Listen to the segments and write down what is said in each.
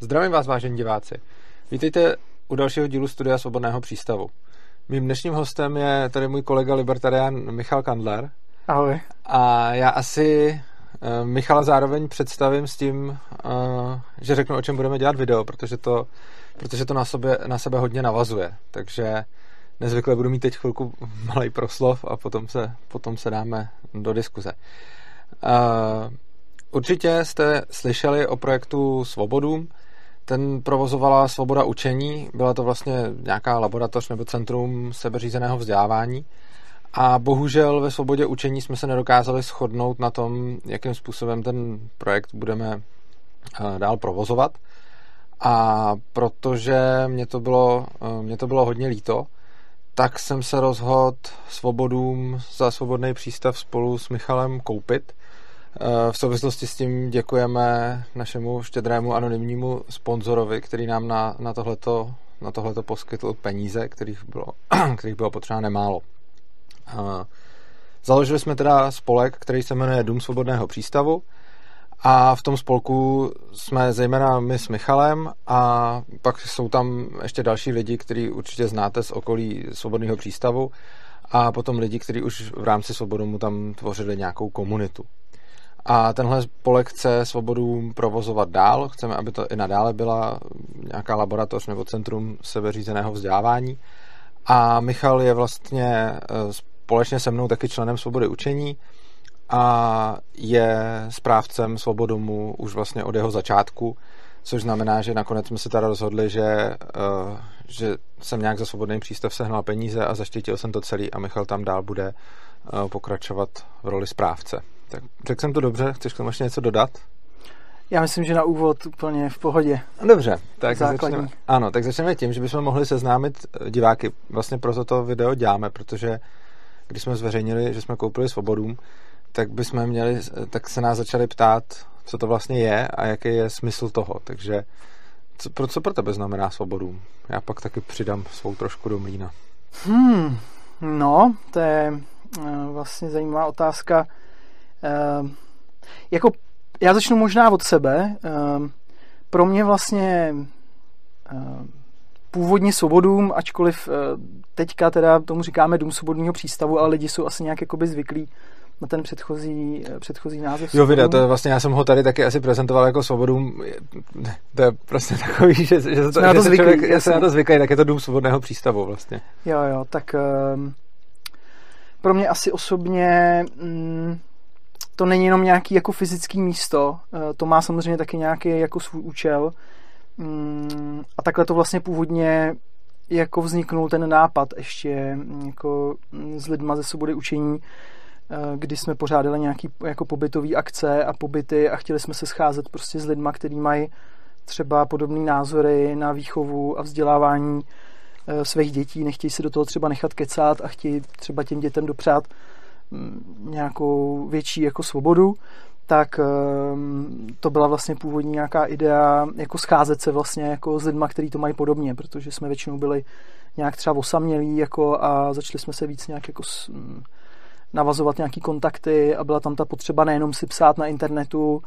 Zdravím vás, vážení diváci. Vítejte u dalšího dílu Studia Svobodného přístavu. Mým dnešním hostem je tady můj kolega libertarián Michal Kandler. Ahoj. A já asi Michala zároveň představím s tím, že řeknu, o čem budeme dělat video, protože to na sebe hodně navazuje. Takže nezvykle budu mít teď chvilku malej proslov a potom se dáme do diskuze. Určitě jste slyšeli o projektu Svobodům. Ten provozovala Svoboda učení, byla to vlastně nějaká laboratoř nebo centrum sebeřízeného vzdělávání. A bohužel ve Svobodě učení jsme se nedokázali shodnout na tom, jakým způsobem ten projekt budeme dál provozovat. A protože mě to bylo hodně líto, tak jsem se rozhodl Svobodům za Svobodný přístav spolu s Michalem koupit. V souvislosti s tím děkujeme našemu štědrému anonymnímu sponzorovi, který nám na tohleto poskytl peníze, kterých bylo potřeba nemálo. Založili jsme teda spolek, který se jmenuje Dům svobodného přístavu, a v tom spolku jsme zejména my s Michalem a pak jsou tam ještě další lidi, který určitě znáte z okolí Svobodného přístavu, a potom lidi, kteří už v rámci Svobodomu tam tvořili nějakou komunitu. A tenhle spolek chce Svobodu provozovat dál. Chceme, aby to i nadále byla nějaká laboratoř nebo centrum sebeřízeného vzdělávání. A Michal je vlastně společně se mnou taky členem Svobody učení a je správcem Svobodomu už vlastně od jeho začátku, což znamená, že nakonec jsme se teda rozhodli, že jsem nějak za Svobodný přístav sehnal peníze a zaštítil jsem to celý a Michal tam dál bude pokračovat v roli správce. Tak řekl jsem to dobře, chceš k tomu ještě něco dodat? Já myslím, že na úvod úplně v pohodě. Dobře, tak začneme tím, že bychom mohli seznámit diváky. Vlastně proto to video děláme, protože když jsme zveřejnili, že jsme koupili Svobodům, tak se nás začali ptát, co to vlastně je a jaký je smysl toho. Takže co pro tebe znamená Svobodům? Já pak taky přidám svou trošku do mlýna. No, to je vlastně zajímavá otázka. Já začnu možná od sebe. Pro mě vlastně původně Svobodům, ačkoliv teďka teda tomu říkáme Dům svobodného přístavu, ale lidi jsou asi nějak jakoby zvyklí na ten předchozí název. Jo, video, to je vlastně, já jsem ho tady taky asi prezentoval jako Svobodům. To je prostě takový, že se na to zvyklý, tak je to Dům svobodného přístavu vlastně. Jo, tak pro mě asi osobně to není jenom nějaký jako fyzický místo, to má samozřejmě taky nějaký jako svůj účel, a takhle to vlastně původně jako vzniknul ten nápad ještě jako s lidma ze Svobody učení, kdy jsme pořádali nějaký jako pobytový akce a pobyty a chtěli jsme se scházet prostě s lidma, kteří mají třeba podobné názory na výchovu a vzdělávání svých dětí, nechtějí se do toho třeba nechat kecat a chtějí třeba těm dětem dopřát nějakou větší jako svobodu, tak to byla vlastně původní nějaká idea jako scházet se vlastně jako s lidma, kteří to mají podobně, protože jsme většinou byli nějak třeba osamělí jako a začali jsme se víc nějak jako navazovat nějaký kontakty a byla tam ta potřeba nejenom si psát na internetu,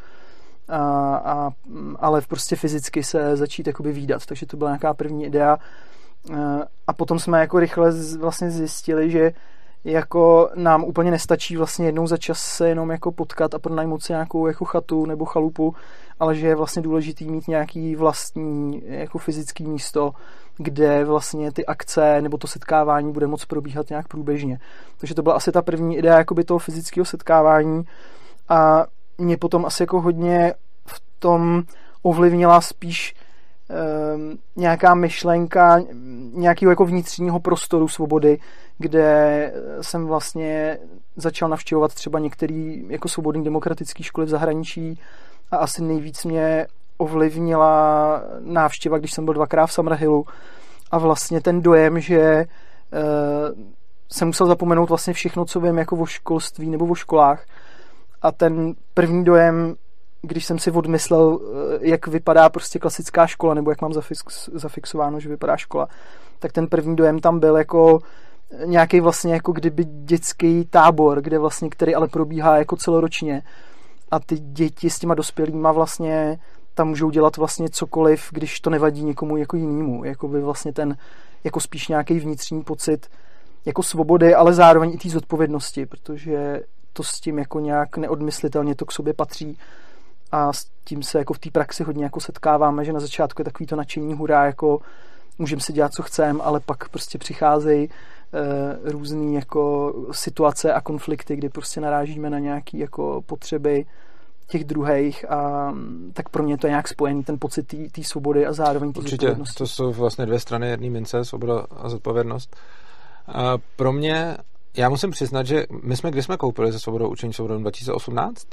ale prostě fyzicky se začít jakoby vídat, takže to byla nějaká první idea. A potom jsme jako rychle vlastně zjistili, že jako nám úplně nestačí vlastně jednou za čas se jenom jako potkat a pronajmout si nějakou jako chatu nebo chalupu, ale že je vlastně důležitý mít nějaký vlastní jako fyzický místo, kde vlastně ty akce nebo to setkávání bude moct probíhat nějak průběžně. Takže to byla asi ta první idea jakoby toho fyzického setkávání a mě potom asi jako hodně v tom ovlivnila spíš nějaká myšlenka nějakého jako vnitřního prostoru svobody, kde jsem vlastně začal navštěvovat třeba některé jako svobodné demokratické školy v zahraničí a asi nejvíc mě ovlivnila návštěva, když jsem byl 2krát v Summerhillu a vlastně ten dojem, že jsem musel zapomenout vlastně všechno, co vím jako o školství nebo o školách, a ten první dojem, když jsem si odmyslel, jak vypadá prostě klasická škola, nebo jak mám zafixováno, že vypadá škola, tak ten první dojem tam byl jako nějaký vlastně jako kdyby dětský tábor, kde vlastně, který ale probíhá jako celoročně a ty děti s těma dospělýma vlastně tam můžou dělat vlastně cokoliv, když to nevadí někomu jako jinému. Jakoby vlastně ten jako spíš nějaký vnitřní pocit jako svobody, ale zároveň i té zodpovědnosti, protože to s tím jako nějak neodmyslitelně to k sobě patří a s tím se jako v té praxi hodně jako setkáváme, že na začátku je takový to nadšení hurá, jako můžeme si dělat, co chceme, ale pak prostě přicházejí různé jako situace a konflikty, kdy prostě narážíme na nějaké jako potřeby těch druhých a tak pro mě to je nějak spojený, ten pocit té svobody a zároveň té zodpovědnosti. Určitě, to jsou vlastně dvě strany jedné mince, svoboda a zodpovědnost. A pro mě, já musím přiznat, že kdy jsme koupili ze Svobodou učení svobodou 2018?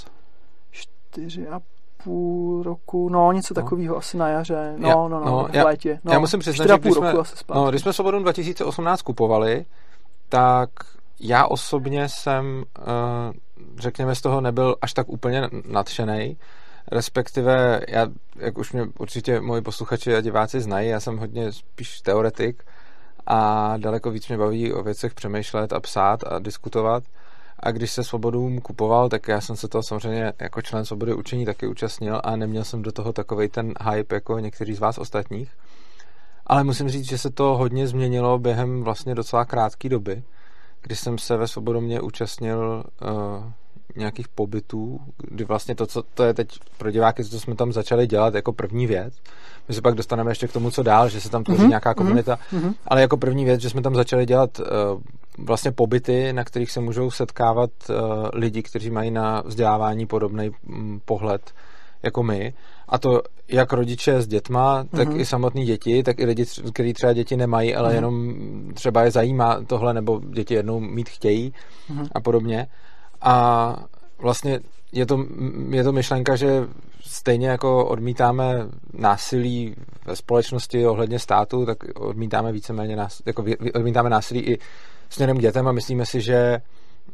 4,5 roku, no něco takového, asi na jaře, v létě. Já musím přiznat, že když jsme Svobodu 2018 kupovali, tak já osobně jsem, řekněme, z toho nebyl až tak úplně nadšenej, respektive, jak už mě určitě moji posluchači a diváci znají, já jsem hodně spíš teoretik a daleko víc mě baví o věcech přemýšlet a psát a diskutovat. A když se Svobodům kupoval, tak já jsem se toho samozřejmě jako člen Svobody učení taky účastnil a neměl jsem do toho takovej ten hype jako někteří z vás ostatních. Ale musím říct, že se to hodně změnilo během vlastně docela krátké doby, kdy jsem se ve Svobodomě účastnil nějakých pobytů, kdy vlastně to je teď pro diváky, co jsme tam začali dělat jako první věc. My se pak dostaneme ještě k tomu, co dál, že se tam tvoří nějaká komunita, ale jako první věc, že jsme tam začali dělat vlastně pobyty, na kterých se můžou setkávat lidi, kteří mají na vzdělávání podobný pohled jako my. A to jak rodiče s dětma, tak i samotní děti, tak i lidi, kteří třeba děti nemají, ale jenom třeba je zajímá tohle, nebo děti jednou mít chtějí a podobně. A vlastně je to myšlenka, že stejně jako odmítáme násilí ve společnosti ohledně státu, tak odmítáme víceméně odmítáme násilí i směrem k dětem a myslíme si, že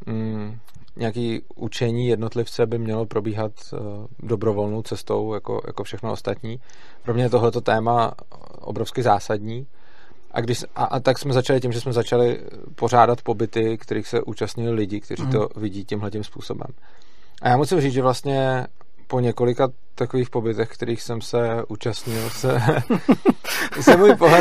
nějaké učení jednotlivce by mělo probíhat dobrovolnou cestou, jako všechno ostatní. Pro mě je tohleto téma obrovsky zásadní. A tak jsme začali tím, že jsme začali pořádat pobyty, kterých se účastnili lidi, kteří to vidí tímhletím způsobem. A já musím říct, že vlastně po několika takových pobytech, kterých jsem se účastnil, se můj pohled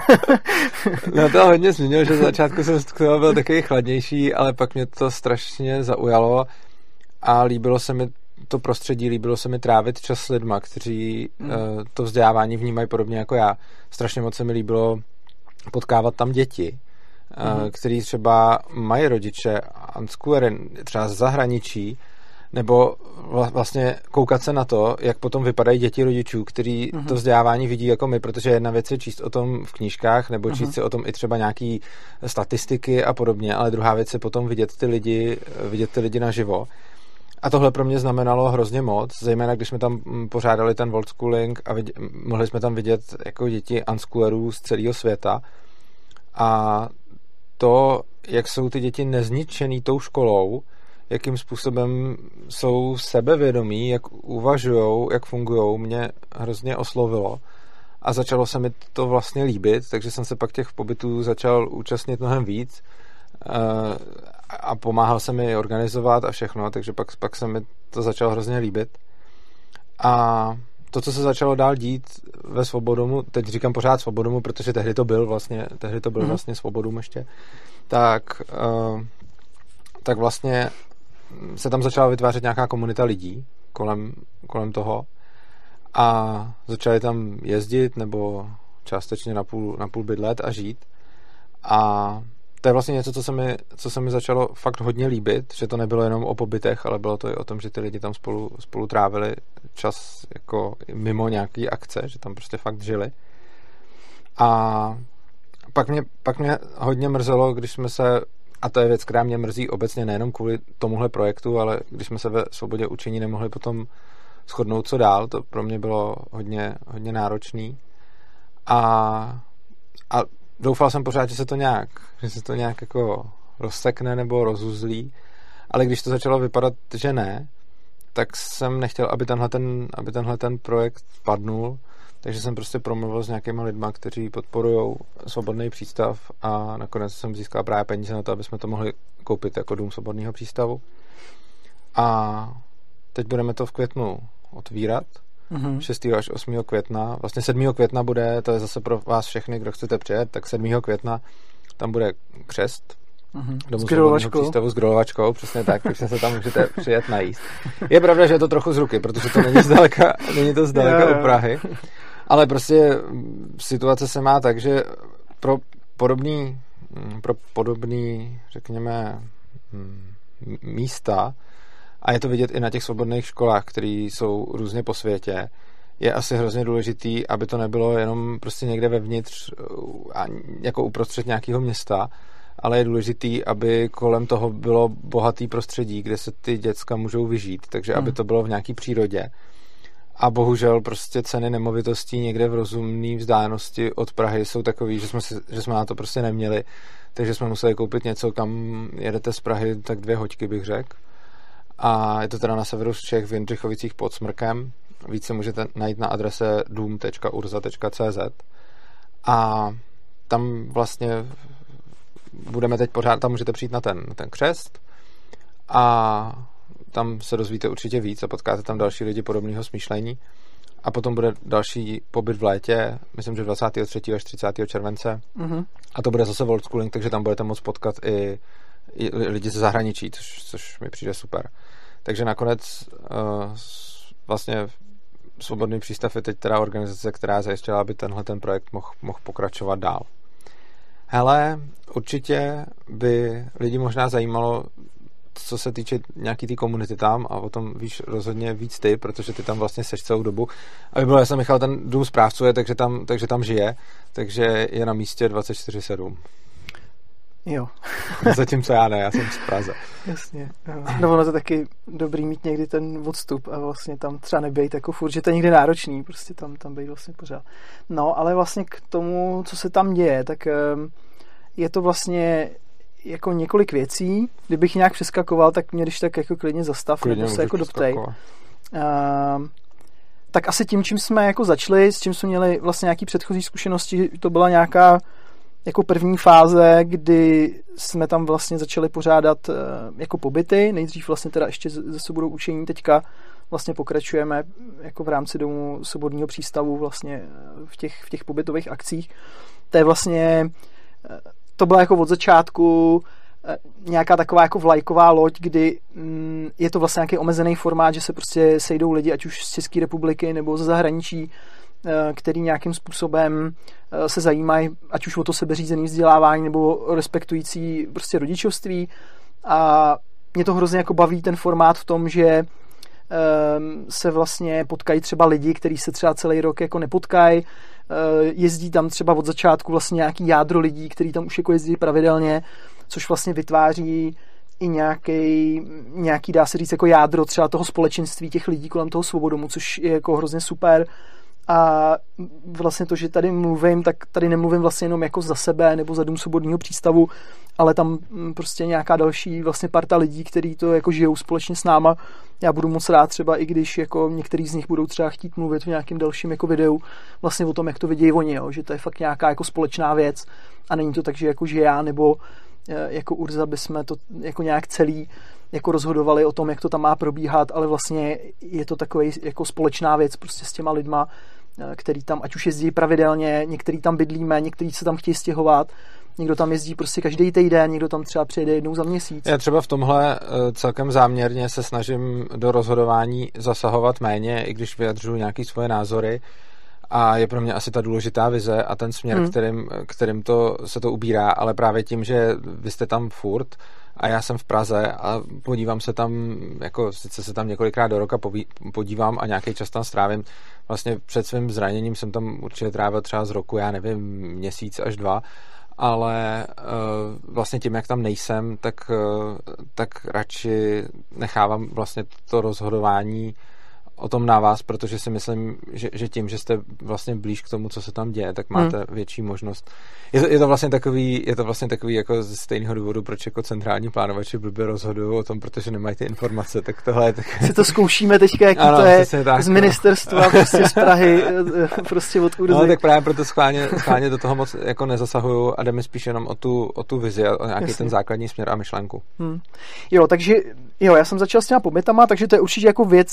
na to hodně změnil, že v začátku jsem k tomu byl takový chladnější, ale pak mě to strašně zaujalo a líbilo se mi to prostředí, líbilo se mi trávit čas s lidma, kteří to vzdělávání vnímají podobně jako já. Strašně moc se mi líbilo potkávat tam děti, kteří třeba mají rodiče unschoolery, třeba z zahraničí, nebo vlastně koukat se na to, jak potom vypadají děti rodičů, kteří to vzdělávání vidí jako my, protože jedna věc je číst o tom v knížkách, nebo číst si o tom i třeba nějaký statistiky a podobně, ale druhá věc je potom vidět ty lidi naživo. A tohle pro mě znamenalo hrozně moc, zejména když jsme tam pořádali ten world schooling a mohli jsme tam vidět jako děti unschoolerů z celého světa. A to, jak jsou ty děti nezničený tou školou, jakým způsobem jsou sebevědomí, jak uvažujou, jak fungujou, mě hrozně oslovilo. A začalo se mi to vlastně líbit, takže jsem se pak těch pobytů začal účastnit mnohem víc a pomáhal se mi organizovat a všechno, takže pak se mi to začalo hrozně líbit. A to, co se začalo dál dít ve Svobodomu, teď říkám pořád Svobodomu, protože tehdy to byl vlastně Svobodum ještě, tak vlastně se tam začala vytvářet nějaká komunita lidí kolem toho a začali tam jezdit nebo částečně na půl bydlet a žít. A to je vlastně něco, co se mi začalo fakt hodně líbit, že to nebylo jenom o pobytech, ale bylo to i o tom, že ty lidi tam spolu trávili čas jako mimo nějaký akce, že tam prostě fakt žili. A pak mě hodně mrzelo, když jsme se, a to je věc, která mě mrzí obecně nejenom kvůli tomuhle projektu, ale když jsme se ve Svobodě učení nemohli potom shodnout, co dál, to pro mě bylo hodně, hodně náročný. A doufal jsem pořád, že se to nějak jako rozsekne nebo rozuzlí, ale když to začalo vypadat, že ne, tak jsem nechtěl, aby tenhle ten projekt padnul, takže jsem prostě promluvil s nějakýma lidma, kteří podporují svobodný přístav a nakonec jsem získal právě peníze na to, aby jsme to mohli koupit jako dům svobodného přístavu. A teď budeme to v květnu otvírat 6. až 8. května. Vlastně 7. května bude, to je zase pro vás všechny, kdo chcete přijet, tak 7. května tam bude křest. S grilovačkou. Přístavu s grilovačkou, přesně tak, takže se tam můžete přijet najíst. Je pravda, že je to trochu z ruky, protože to není to zdaleka u Prahy, ale prostě situace se má tak, že pro podobný, řekněme, místa, a je to vidět i na těch svobodných školách, které jsou různě po světě, je asi hrozně důležitý, aby to nebylo jenom prostě někde vevnitř a jako uprostřed nějakého města, ale je důležitý, aby kolem toho bylo bohatý prostředí, kde se ty děcka můžou vyžít, takže aby to bylo v nějaký přírodě. A bohužel prostě ceny nemovitostí někde v rozumné vzdálenosti od Prahy jsou takový, že jsme na to prostě neměli, takže jsme museli koupit něco, kam jedete z Prahy, tak 2 hoďky bych řekl. A je to teda na severu Čech v Jindřichovicích pod Smrkem. Více můžete najít na adrese dům.urza.cz a tam vlastně budeme teď pořád, tam můžete přijít na ten křest a tam se dozvíte určitě víc a potkáte tam další lidi podobného smýšlení. A potom bude další pobyt v létě, myslím, že 23. až 30. července. A to bude zase World Schooling, takže tam budete moct potkat i lidi ze zahraničí, což mi přijde super. Takže nakonec vlastně Svobodný přístav je teď teda organizace, která zajistila, aby ten projekt mohl pokračovat dál. Hele, určitě by lidi možná zajímalo, co se týče nějaký té komunity tam, a o tom víš rozhodně víc ty, protože ty tam vlastně seš celou dobu. Aby bylo jasno, Michal ten dům správcuje, takže tam žije, takže je na místě 24/7. Jo. Zatímco já jsem z Praze. Jasně. No ono to taky dobrý mít někdy ten odstup a vlastně tam třeba nebejt jako furt, že to je někdy náročný, prostě tam bejt vlastně pořád. No, ale vlastně k tomu, co se tam děje, tak je to vlastně jako několik věcí. Kdybych nějak přeskakoval, tak mě když tak jako klidně zastav, nebo se jako doptej. Tak asi tím, čím jsme jako začali, s čím jsme měli vlastně nějaký předchozí zkušenosti, to byla nějaká jako první fáze, kdy jsme tam vlastně začali pořádat jako pobyty, nejdřív vlastně teda ještě zase budou učení, teďka vlastně pokračujeme jako v rámci Domu Svobodného přístavu vlastně v těch pobytových akcích. To je vlastně, to byla jako od začátku nějaká taková jako vlajková loď, kdy je to vlastně nějaký omezený formát, že se prostě sejdou lidi, ať už z České republiky nebo ze zahraničí, který nějakým způsobem se zajímají, ať už o to sebeřízené vzdělávání nebo respektující prostě rodičovství. A mě to hrozně jako baví ten formát v tom, že se vlastně potkají třeba lidi, kteří se třeba celý rok jako nepotkají. Jezdí tam třeba od začátku vlastně nějaký jádro lidí, kteří tam už jako jezdí pravidelně, což vlastně vytváří i nějaký, dá se říct, jako jádro třeba toho společenství těch lidí kolem toho Svobodomu, což je jako hrozně super. A vlastně to, že tady mluvím, tak tady nemluvím vlastně jenom jako za sebe nebo za Dům Svobodného přístavu, ale tam prostě nějaká další vlastně parta lidí, kteří to jako žijou společně s náma. Já budu moc rád třeba, i když jako některý z nich budou třeba chtít mluvit v nějakém dalším jako videu vlastně o tom, jak to vidějí oni, jo? Že to je fakt nějaká jako společná věc a není to tak, že jako že já nebo jako Urza bychom to jako nějak celý jako rozhodovali o tom, jak to tam má probíhat, ale vlastně je to takový jako společná věc prostě s těma lidma, který tam ať už jezdí pravidelně, některý tam bydlíme, některý se tam chtějí stěhovat, někdo tam jezdí prostě každý týden, někdo tam třeba přijede jednou za měsíc. Já třeba v tomhle celkem záměrně se snažím do rozhodování zasahovat méně, i když vyjadřuju nějaké svoje názory, a je pro mě asi ta důležitá vize a ten směr, kterým se to ubírá, ale právě tím, že vy jste tam furt a já jsem v Praze a podívám se tam, jako sice se tam několikrát do roka podívám a nějaký čas tam strávím. Vlastně před svým zraněním jsem tam určitě trávil třeba z roku, já nevím, měsíc až 2, ale vlastně tím, jak tam nejsem, tak radši nechávám vlastně to rozhodování o tom na vás, protože si myslím, že tím, že jste vlastně blíž k tomu, co se tam děje, tak máte větší možnost. Je to vlastně takový jako ze stejného důvodu, proč jako centrální plánovači blbě rozhodují o tom, protože nemají ty informace, tak tohle je tak... Si to zkoušíme teďka, jaký ano, to je tak, z ministerstva, prostě z Prahy, prostě od Urzy. No tak právě proto schválně do toho moc jako nezasahuju a jde mi spíš jenom o tu vizi a o nějaký ten základní směr a myšlenku. Jo, takže já jsem začal s těma pobytama, takže to je určitě jako věc,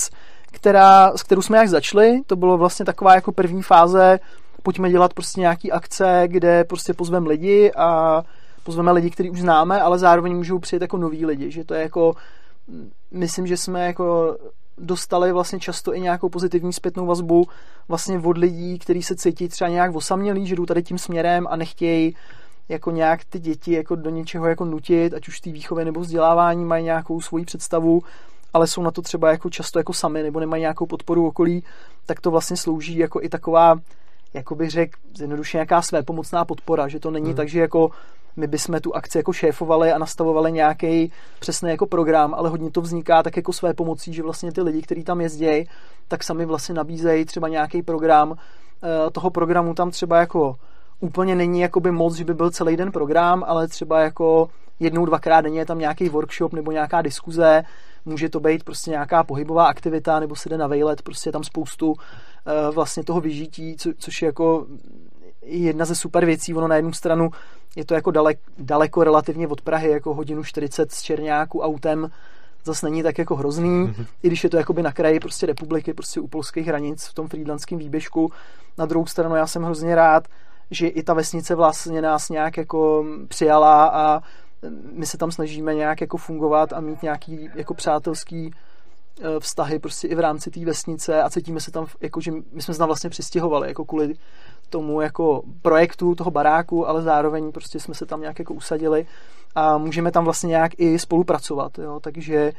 s kterou jsme jak začali. To bylo vlastně taková jako první fáze, pojďme dělat prostě nějaký akce, kde prostě pozveme lidi a pozveme lidi, který už známe, ale zároveň můžou přijet jako noví lidi, že to je jako, myslím, že jsme jako dostali vlastně často i nějakou pozitivní zpětnou vazbu vlastně od lidí, kteří se cítí třeba nějak osamělí, že jdou tady tím směrem a nechtějí jako nějak ty děti jako do něčeho jako nutit, ať už té výchovy nebo vzdělávání, mají nějakou svoji představu, ale jsou na to třeba jako často jako sami nebo nemají nějakou podporu okolí, tak to vlastně slouží jako i taková, jako bych řekl, zjednodušeně nějaká svépomocná podpora, že to není tak, že jako my bychom tu akci jako šéfovali a nastavovali nějaký přesný jako program, ale hodně to vzniká tak jako své pomocí, že vlastně ty lidi, kteří tam jezdí, tak sami vlastně nabízejí třeba nějaký program. Toho programu tam třeba jako úplně není jakoby moc, že by byl celý den program, ale třeba jako jednou, dvakrát denně je tam nějaký workshop nebo nějaká diskuze, může to být prostě nějaká pohybová aktivita nebo se jde na vejlet, prostě je tam spoustu vlastně toho vyžití, což je jako jedna ze super věcí. Ono na jednu stranu je to jako daleko relativně od Prahy, jako hodinu 40 z Černáku autem, zase není tak jako hrozný, i když je to jakoby na kraji prostě republiky, prostě u polských hranic v tom frýdlantském výběžku. Na druhou stranu já jsem hrozně rád, že i ta vesnice vlastně nás nějak jako přijala a my se tam snažíme nějak jako fungovat a mít nějaký jako přátelský vztahy prostě i v rámci té vesnice a cítíme se tam, jako, že my jsme se tam vlastně přistěhovali jako kvůli tomu jako projektu toho baráku, ale zároveň prostě jsme se tam nějak jako usadili a můžeme tam vlastně nějak i spolupracovat, jo? Takže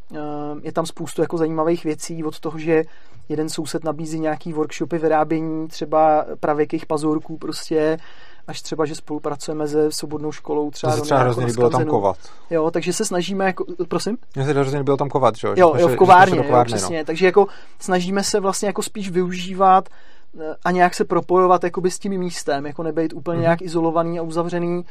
je tam spoustu jako zajímavých věcí od toho, že jeden soused nabízí nějaký workshopy vyrábění třeba pravěkých pazurků prostě, až třeba, že spolupracujeme se svobodnou školou třeba. To se třeba hrozně líbilo tam kovat. Jo, takže se snažíme jako, prosím? Mně se hrozně líbilo tam kovat, že? Jo, v kovárně, jo, přesně. No. Takže jako snažíme se vlastně jako spíš využívat a nějak se propojovat jakoby s tím místem, jako nebejt úplně nějak izolovaný a uzavřený.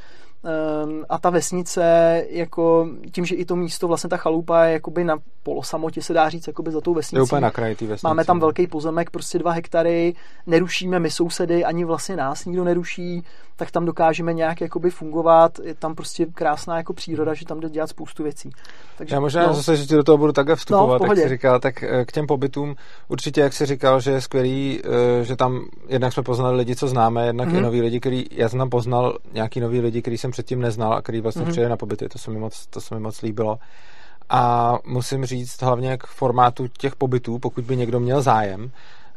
A ta vesnice, jako tím, že i to místo, vlastně ta chalupa je jakoby na polosamotě, se dá říct, jakoby za tou vesnicí. Je úplně na kraji té vesnice. Máme tam velký pozemek, prostě 2 hektary, nerušíme my sousedy, ani vlastně nás nikdo neruší, tak tam dokážeme nějak jakoby fungovat, je tam prostě krásná jako příroda, že tam jde dělat spoustu věcí. Takže, já možná zase, že ti do toho budu takhle vstupovat, tak jsi říkal, tak k těm pobytům určitě, jak jsi říkal, že je skvělý, že tam jednak jsme poznali lidi, co známe, jednak i noví lidi, já jsem tam poznal nějaký nový lidi, který jsem předtím neznal a který vlastně přijeli na pobyty, to se mi moc líbilo. A musím říct hlavně k formátu těch pobytů, pokud by někdo měl zájem.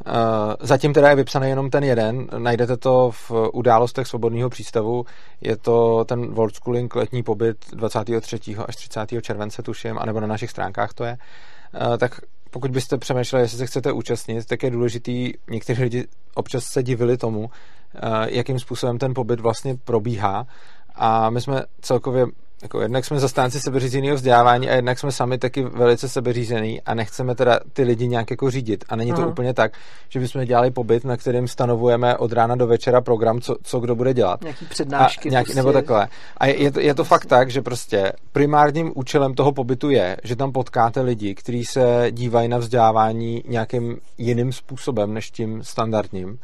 Zatím teda je vypsaný jenom ten jeden, najdete to v událostech Svobodného přístavu, je to ten World Schooling letní pobyt 23. až 30. července, tuším, anebo na našich stránkách to je. Tak pokud byste přemýšleli, jestli se chcete účastnit, tak je důležitý, někteří lidi občas se divili tomu, jakým způsobem ten pobyt vlastně probíhá. A my jsme celkově, jako jednak jsme zastánci sebeřízeného vzdělávání a jednak jsme sami taky velice sebeřízený a nechceme teda ty lidi nějak jako řídit. A není to úplně tak, že bychom dělali pobyt, na kterým stanovujeme od rána do večera program, co kdo bude dělat. Nějaký přednášky. Prostě. Nebo takhle. A je to fakt tak, že prostě primárním účelem toho pobytu je, že tam potkáte lidi, kteří se dívají na vzdělávání nějakým jiným způsobem než tím standardním.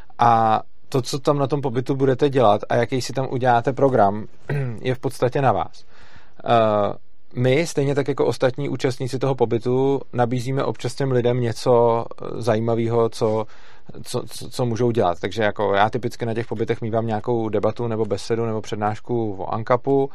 A to, co tam na tom pobytu budete dělat a jaký si tam uděláte program, je v podstatě na vás. My, stejně tak jako ostatní účastníci toho pobytu, nabízíme občas těm lidem něco zajímavého, co můžou dělat. Takže jako já typicky na těch pobytech mívám nějakou debatu nebo besedu nebo přednášku o ANCAPu.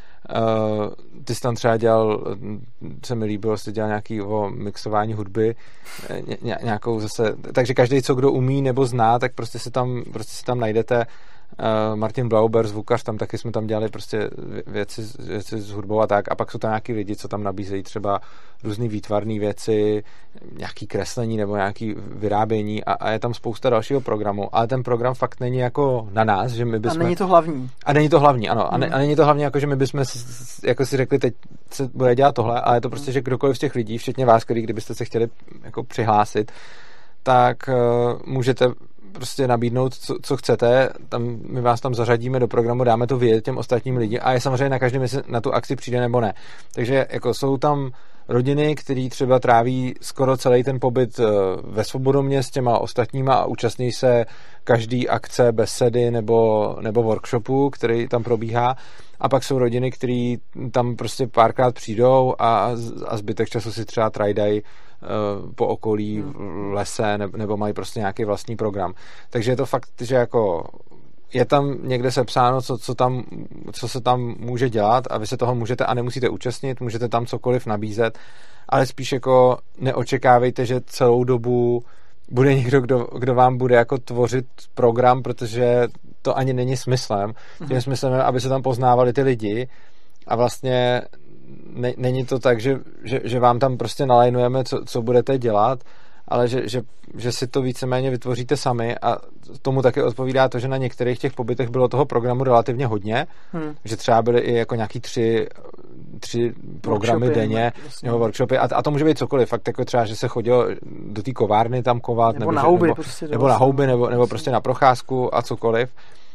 Ty jsi tam třeba dělal, se mi líbilo, jsi dělal nějaký o mixování hudby, nějakou zase, takže každý, co kdo umí nebo zná, tak prostě si tam najdete. Martin Blauber, zvukař, tam taky jsme tam dělali prostě věci s hudbou a tak, a pak jsou tam nějaký lidi, co tam nabízejí třeba různý výtvarné věci, nějaký kreslení nebo nějaký vyrábění a je tam spousta dalšího programu, ale ten program fakt není jako na nás, že my bychom... A není to hlavní. A není to hlavní, ano. A není to hlavní jako, že my bychom jako si řekli, teď se bude dělat tohle, ale je to prostě, že kdokoliv z těch lidí, včetně vás, který kdybyste se chtěli jako přihlásit, tak můžete prostě nabídnout, co chcete, my vás tam zařadíme do programu, dáme to vědět těm ostatním lidem a je samozřejmě na každém, jestli na tu akci přijde nebo ne. Takže jako jsou tam rodiny, který třeba tráví skoro celý ten pobyt ve Svobodomě s těma ostatníma a účastní se každý akce, besedy nebo workshopu, který tam probíhá. A pak jsou rodiny, který tam prostě párkrát přijdou a zbytek času si třeba trajdají po okolí v lese nebo mají prostě nějaký vlastní program. Takže je to fakt, že jako je tam někde sepsáno, co se tam může dělat a vy se toho můžete a nemusíte účastnit, můžete tam cokoliv nabízet, ale spíš jako neočekávejte, že celou dobu bude někdo, kdo vám bude jako tvořit program, protože to ani není smyslem. Tím smyslem je, aby se tam poznávali ty lidi a vlastně není to tak, že vám tam prostě nalajnujeme, co budete dělat, ale že si to víceméně vytvoříte sami a tomu taky odpovídá to, že na některých těch pobytech bylo toho programu relativně hodně, že třeba byly i jako nějaký tři programy denně, nebo workshopy a to může být cokoliv, fakt jako třeba, že se chodilo do té kovárny tam kovat, nebo na houby, nebo prostě na procházku a cokoliv.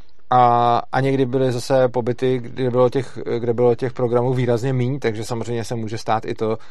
A někdy byly zase pobyty, kde bylo těch programů výrazně míň, takže samozřejmě se může stát i to,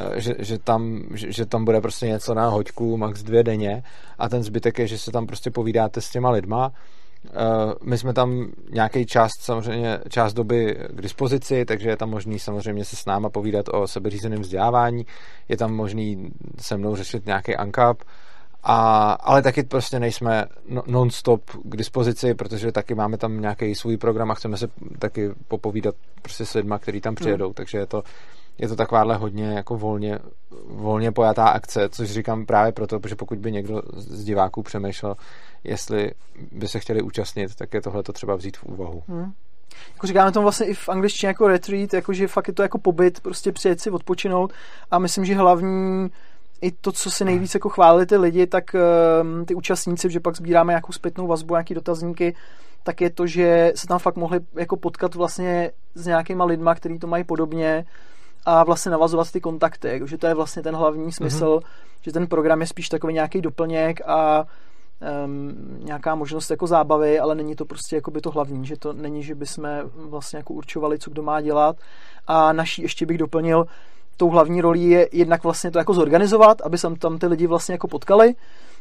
že tam bude prostě něco na hoďku, max 2 denně a ten zbytek je, že se tam prostě povídáte s těma lidma. My jsme tam nějaký část doby k dispozici, takže je tam možný samozřejmě se s náma povídat o sebeřízeném vzdělávání, je tam možný se mnou řešit nějaký ANCAP, ale taky prostě nejsme non-stop k dispozici, protože taky máme tam nějaký svůj program a chceme se taky popovídat prostě s lidma, kteří tam přijedou, takže je to takováhle hodně jako volně pojatá akce, což říkám právě proto, protože pokud by někdo z diváků přemýšlel, jestli by se chtěli účastnit, tak je tohle to třeba vzít v úvahu. Jako říkáme tomu vlastně i v angličtině jako retreat, jakože fakt je to jako pobyt, prostě přijet si odpočinout a myslím, že hlavní i to, co si nejvíc jako chválili ty lidi, tak ty účastníci, že pak sbíráme nějakou zpětnou vazbu, nějaký dotazníky, tak je to, že se tam fakt mohli jako potkat vlastně s nějakýma lidma, kteří to mají podobně a vlastně navazovat ty kontakty, jakože to je vlastně ten hlavní smysl, že ten program je spíš takový nějaký doplněk a nějaká možnost jako zábavy, ale není to prostě jako by to hlavní, že to není, že bychom vlastně jako určovali, co kdo má dělat a naší ještě bych doplnil, tou hlavní rolí je jednak vlastně to jako zorganizovat, aby se tam ty lidi vlastně jako potkali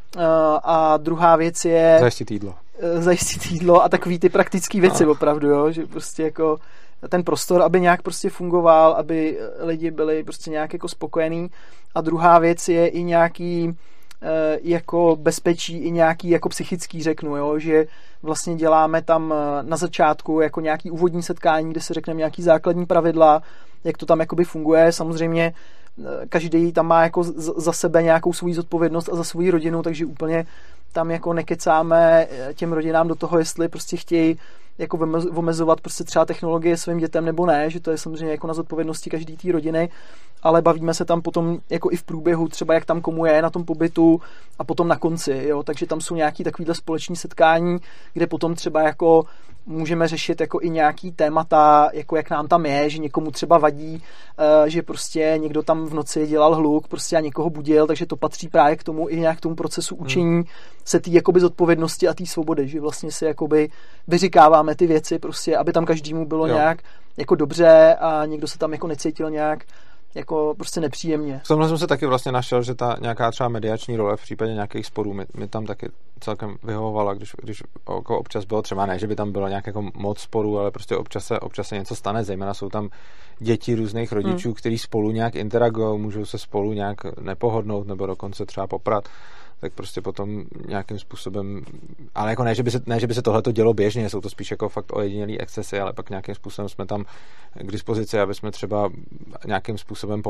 a druhá věc je zajistit jídlo a takový ty praktické věci opravdu, jo, že prostě jako ten prostor, aby nějak prostě fungoval, aby lidi byli prostě nějak jako spokojení a druhá věc je i nějaký jako bezpečí i nějaký jako psychický, řeknu, jo, že vlastně děláme tam na začátku jako nějaký úvodní setkání, kde si řekneme nějaký základní pravidla, jak to tam jakoby funguje. Samozřejmě každý tam má jako za sebe nějakou svou zodpovědnost a za svou rodinu, takže úplně tam jako nekecáme těm rodinám do toho, jestli prostě chtějí jako omezovat prostě třeba technologie svým dětem nebo ne, že to je samozřejmě jako na zodpovědnosti každý té rodiny, ale bavíme se tam potom jako i v průběhu třeba jak tam komu je na tom pobytu a potom na konci, jo, takže tam jsou nějaký takovýhle společní setkání, kde potom třeba jako můžeme řešit jako i nějaký témata, jako jak nám tam je, že někomu třeba vadí, že prostě někdo tam v noci dělal hluk prostě a někoho budil, takže to patří právě k tomu i nějak k tomu procesu učení se té jakoby zodpovědnosti a té svobody, že vlastně si jakoby vyříkáváme ty věci prostě, aby tam každému bylo nějak jako dobře a někdo se tam jako necítil nějak jako prostě nepříjemně. V tomhle jsem se taky vlastně našel, že ta nějaká třeba mediační role v případě nějakých sporů mi tam taky celkem vyhovovala, když jako občas bylo třeba ne, že by tam bylo nějak jako moc sporů, ale prostě občas se něco stane, zejména jsou tam děti různých rodičů, kteří spolu nějak interagují, můžou se spolu nějak nepohodnout nebo dokonce třeba poprat, tak prostě potom nějakým způsobem, ale jako ne, že by se tohleto dělo běžně, jsou to spíš jako fakt ojedinělý excesy, ale pak nějakým způsobem jsme tam k dispozici, aby jsme třeba nějakým způsobem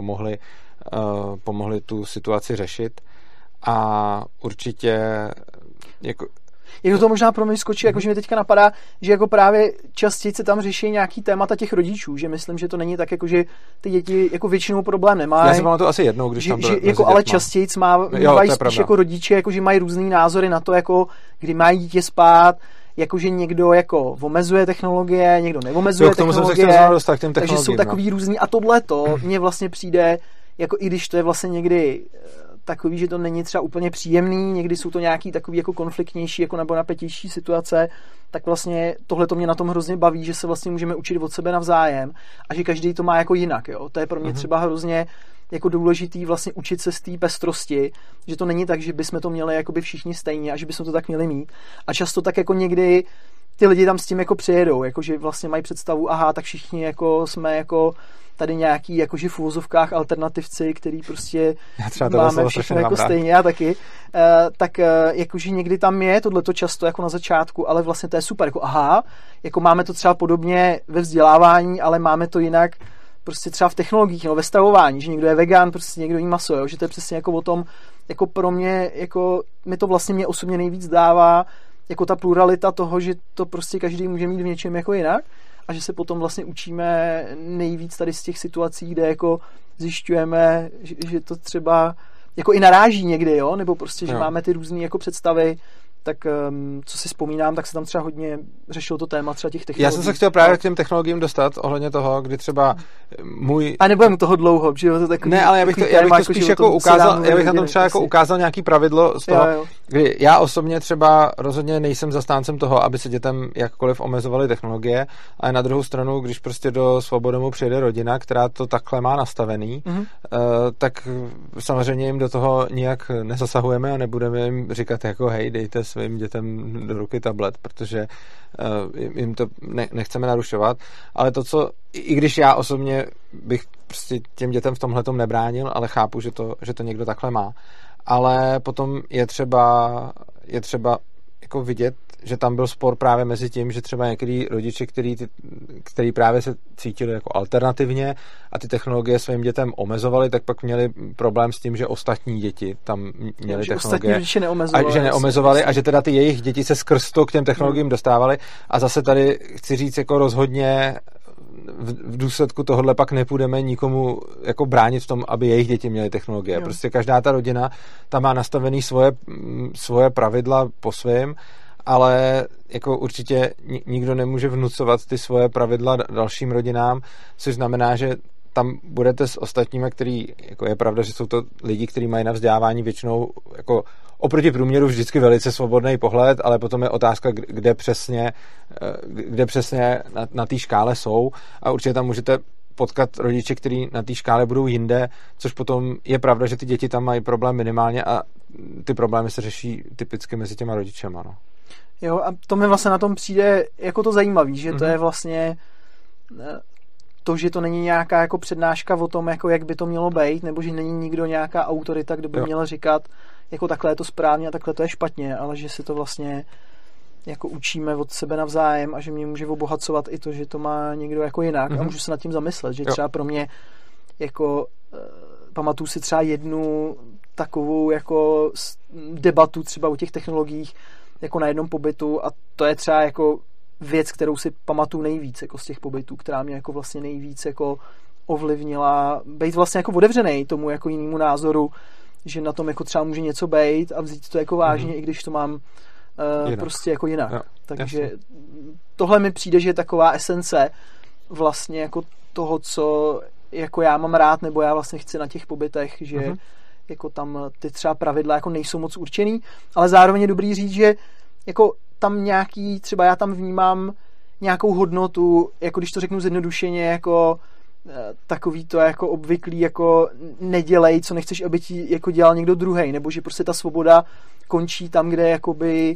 pomohli tu situaci řešit a určitě jako to možná pro mě skočí, jakože mi teďka napadá, že jako právě častěji se tam řeší nějaký témata těch rodičů, že myslím, že to není tak, jako že ty děti jako většinou problém nemají. Já si pamatuju asi jednou, když tam byl jako ale častěji mávají spíš jako rodiče, jakože mají různý názory na to, jako kdy mají dítě spát, jakože někdo jako omezuje technologie, někdo neomezuje technologie, takže jsou takový různý a tohleto mně vlastně přijde, jako i když to je vlastně někdy takový, že to není třeba úplně příjemný, někdy jsou to nějaký takový jako konfliktnější jako nebo napětější situace, tak vlastně tohle to mě na tom hrozně baví, že se vlastně můžeme učit od sebe navzájem a že každý to má jako jinak, jo. To je pro mě třeba hrozně jako důležitý vlastně učit se z té pestrosti, že to není tak, že bychom to měli jakoby všichni stejně a že bychom to tak měli mít. A často tak jako někdy ty lidi tam s tím jako přijedou, jako že vlastně mají představu, aha, tak všichni jako jsme jako tady nějaký jakože v uvozovkách alternativci, který prostě máme všechno jako stejně, já taky, tak jakože někdy tam je tohleto často jako na začátku, ale vlastně to je super, jako aha, jako máme to třeba podobně ve vzdělávání, ale máme to jinak prostě třeba v technologiích, no, ve stravování, že někdo je vegan, prostě někdo jí maso, jo, že to je přesně jako o tom, jako pro mě, jako mi to vlastně mě osobně nejvíc dává, jako ta pluralita toho, že to prostě každý může mít v něčem jako jinak a že se potom vlastně učíme nejvíc tady z těch situací, kde jako zjišťujeme, že to třeba jako i naráží někdy, jo, nebo prostě, že máme ty různé jako představy, tak co si vzpomínám, tak se tam třeba hodně řešilo to téma třeba těch technologií. Já jsem se chtěl právě k těm technologiím dostat ohledně toho, kdy třeba můj... A nebudeme toho dlouho, že jo, to takový... Ne, ale já bych to spíš jako ukázal, já bych na tom třeba jako ukázal nějaký pravidlo z toho, kdy já osobně třeba rozhodně nejsem zastáncem toho, aby se dětem jakkoliv omezovaly technologie, ale na druhou stranu, když prostě do Svobodomu přijede rodina, která to takhle má nastavený, tak samozřejmě jim do toho nijak nezasahujeme a nebudeme jim říkat jako hej, dejte svým dětem do ruky tablet, protože jim to nechceme narušovat, ale to, co, i když já osobně bych prostě těm dětem v tomhletom nebránil, ale chápu, že to někdo takhle má, ale potom je třeba jako vidět, že tam byl spor právě mezi tím, že třeba některý rodiče, který právě se cítili jako alternativně a ty technologie svým dětem omezovali, tak pak měli problém s tím, že ostatní děti tam měly technologie a že neomezovali a že teda ty jejich děti se skrz to k těm technologiím dostávaly a zase tady chci říct jako rozhodně v důsledku tohohle pak nepůjdeme nikomu jako bránit v tom, aby jejich děti měly technologie. Jo. Prostě každá ta rodina tam má nastavený svoje pravidla po svém, ale jako určitě nikdo nemůže vnucovat ty svoje pravidla dalším rodinám, což znamená, že tam budete s ostatními, který, jako je pravda, že jsou to lidi, kteří mají na vzdělávání většinou jako oproti průměru vždycky velice svobodný pohled, ale potom je otázka, kde přesně na té škále jsou a určitě tam můžete potkat rodiče, kteří na té škále budou jinde, což potom je pravda, že ty děti tam mají problém minimálně a ty problémy se řeší typicky mezi těma rodičema. No. Jo, a to mi vlastně na tom přijde jako to zajímavé, že to je vlastně to, že to není nějaká jako přednáška o tom, jako jak by to mělo být, nebo že není nikdo nějaká autorita, kdo by měl říkat, jako takhle je to správně a takhle to je špatně, ale že si to vlastně jako učíme od sebe navzájem a že mě může obohacovat i to, že to má někdo jako jinak a můžu se nad tím zamyslet, že třeba pro mě jako pamatuju si třeba jednu takovou jako debatu třeba o těch technologiích jako na jednom pobytu a to je třeba jako věc, kterou si pamatuju nejvíc jako z těch pobytů, která mě jako vlastně nejvíc jako ovlivnila, být vlastně jako otevřenej tomu jako jinému názoru, že na tom jako třeba může něco být a vzít to jako vážně, i když to mám prostě jako jinak. Jo, takže jasně. Tohle mi přijde, že je taková esence vlastně jako toho, co jako já mám rád, nebo já vlastně chci na těch pobytech, že jako tam ty třeba pravidla jako nejsou moc určený, ale zároveň je dobrý říct, že jako tam nějaký, třeba já tam vnímám nějakou hodnotu, jako když to řeknu zjednodušeně, jako takový to jako obvyklý, jako nedělej, co nechceš, aby ti jako dělal někdo druhej, nebo že prostě ta svoboda končí tam, kde jakoby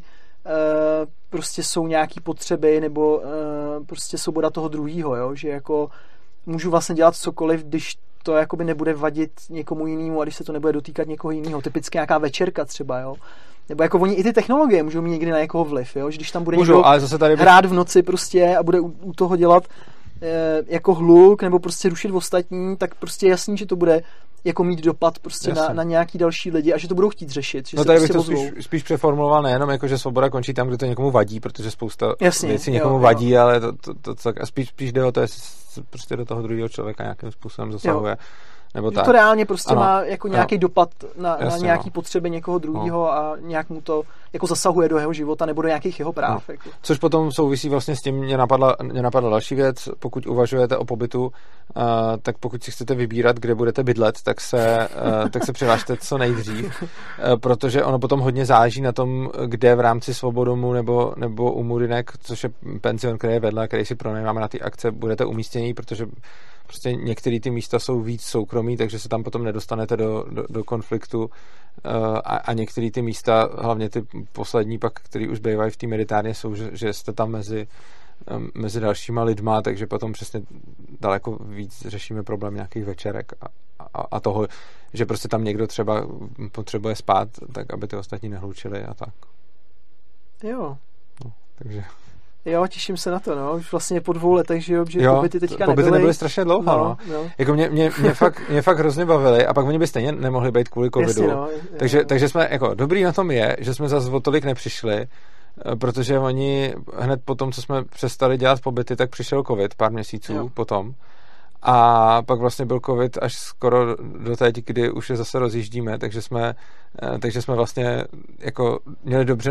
prostě jsou nějaký potřeby, nebo prostě svoboda toho druhýho, jo? Že jako můžu vlastně dělat cokoliv, když to jakoby nebude vadit někomu jinému a když se to nebude dotýkat někoho jiného. Typicky nějaká večerka třeba, jo. Nebo jako oni i ty technologie můžou mít někdy na někoho vliv, jo. Že když tam bude někdo hrát v noci prostě a bude u toho dělat jako hluk nebo prostě rušit ostatní, tak prostě jasný, že to bude jako mít dopad prostě na nějaký další lidi a že to budou chtít řešit. Že no tady bych to spíš přeformuloval nejenom jako, že svoboda končí tam, kde to někomu vadí, protože spousta věcí někomu vadí, ale to a spíš jde o to, jestli prostě do toho druhého člověka nějakým způsobem zasahuje. Nebo že to reálně prostě má jako nějaký dopad na nějaký potřeby někoho druhého a nějak mu to jako zasahuje do jeho života nebo do nějakých jeho práv. Jako. Což potom souvisí vlastně s tím, mě napadla další věc, pokud uvažujete o pobytu, tak pokud si chcete vybírat, kde budete bydlet, tak se přihlašte co nejdřív, protože ono potom hodně záleží na tom, kde v rámci Svobodomu nebo u Murinek, což je penzion, který je vedle, který si pronajímáme na ty akce, budete umístění, protože prostě některé ty místa jsou víc soukromí, takže se tam potom nedostanete do konfliktu a některé ty místa, hlavně ty poslední pak, který už bývají v té Mediteránii, jsou, že jste tam mezi dalšíma lidma, takže potom přesně daleko víc řešíme problém nějakých večerek a toho, že prostě tam někdo třeba potřebuje spát, tak aby ty ostatní nehlučili a tak. Jo. No, takže... Jo, těším se na to, no. Už vlastně po 2 letech, že pobyty teďka pobyty nebyly strašně dlouho, no. Jako mě fakt hrozně bavily a pak oni by stejně nemohli být kvůli covidu. Jasně, no. Takže jsme, jako dobrý na tom je, že jsme zase o tolik nepřišli, protože oni hned po tom, co jsme přestali dělat pobyty, tak přišel covid pár měsíců potom. A pak vlastně byl covid až skoro do teď, kdy už je zase rozjíždíme, takže jsme vlastně jako měli dobře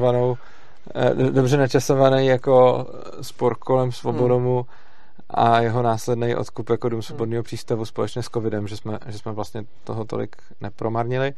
načasovaný jako spor kolem Svobodomu a jeho následný odkup jako Dům svobodného přístavu společně s covidem, že jsme vlastně toho tolik nepromarnili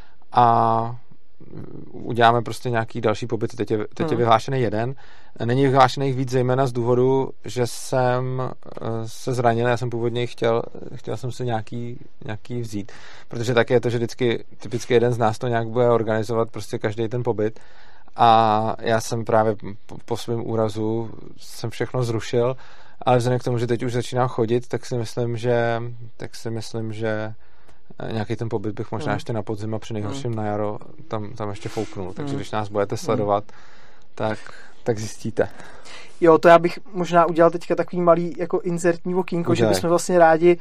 a uděláme prostě nějaký další pobyt. Teď je vyhlášený jeden. Není vyhlášených víc zejména z důvodu, že jsem se zranil. Já jsem původně chtěl jsem si nějaký vzít. Protože tak je to, že vždycky typicky jeden z nás to nějak bude organizovat prostě každý ten pobyt. A já jsem právě po svém úrazu jsem všechno zrušil, ale vzhledem k tomu, že teď už začínám chodit, tak si myslím, že nějaký ten pobyt bych možná ještě na podzim a při nejhorším na jaro tam ještě fouknul. Takže když nás budete sledovat, tak zjistíte. Jo, to já bych možná udělal teďka takový malý jako inzertní okýnko, že bychom vlastně rádi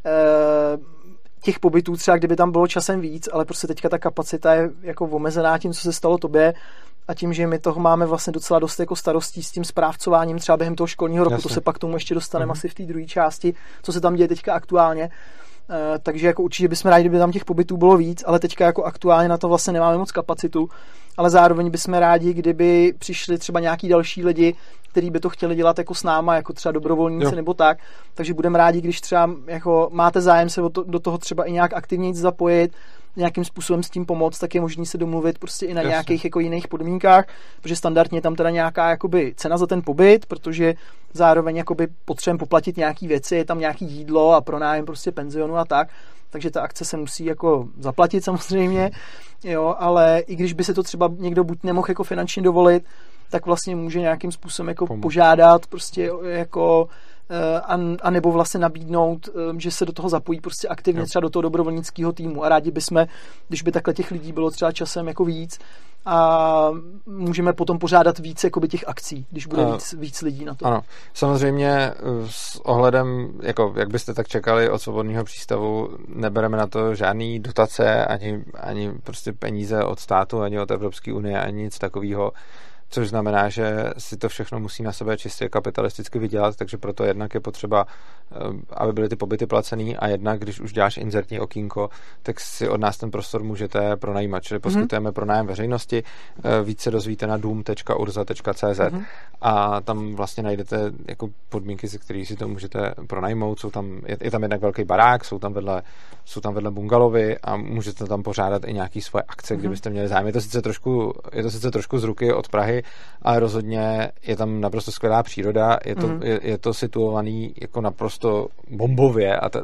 těch pobytů třeba, kdyby tam bylo časem víc, ale prostě teďka ta kapacita je jako omezená tím, co se stalo tobě a tím, že my toho máme vlastně docela dost jako starostí s tím správcováním třeba během toho školního roku. Jasně. To se pak tomu ještě dostaneme asi v té druhé části, co se tam děje teďka aktuálně. Takže jako určitě bychom rádi, kdyby tam těch pobytů bylo víc, ale teďka jako aktuálně na to vlastně nemáme moc kapacitu, ale zároveň bychom rádi, kdyby přišli třeba nějaký další lidi, kteří by to chtěli dělat jako s náma, jako třeba dobrovolníci nebo tak, takže budeme rádi, když třeba jako máte zájem se do toho třeba i nějak aktivněji zapojit, nějakým způsobem s tím pomoct, tak je možný se domluvit prostě i na nějakých jako jiných podmínkách, protože standardně je tam teda nějaká jakoby cena za ten pobyt, protože zároveň jakoby potřebujeme poplatit nějaký věci, je tam nějaký jídlo a pronájem prostě penzionu a tak, takže ta akce se musí jako zaplatit samozřejmě, jo, ale i když by se to třeba někdo buď nemohl jako finančně dovolit, tak vlastně může nějakým způsobem jako požádat prostě jako a nebo vlastně nabídnout, že se do toho zapojí prostě aktivně třeba do toho dobrovolnického týmu a rádi bychom, když by takhle těch lidí bylo třeba časem jako víc a můžeme potom pořádat víc jakoby těch akcí, když bude víc lidí na to. Ano, samozřejmě s ohledem, jako jak byste tak čekali od Svobodného přístavu, nebereme na to žádný dotace, ani prostě peníze od státu, ani od Evropské unie, ani nic takového. Což znamená, že si to všechno musí na sebe čistě kapitalisticky vydělat, takže proto jednak je potřeba, aby byly ty pobyty placený a jednak, když už děláš inzertní okýnko, tak si od nás ten prostor můžete pronajímat, čili poskytujeme pronájem veřejnosti, víc se dozvíte na dům.urza.cz a tam vlastně najdete jako podmínky, ze kterých si to můžete pronajmout, je tam jednak velký barák, jsou tam vedle bungalovy a můžete tam pořádat i nějaký svoje akce, kdybyste měli zájem. Je to sice trošku z ruky od Prahy, ale rozhodně je tam naprosto skvělá příroda, je to situovaný jako naprosto bombově a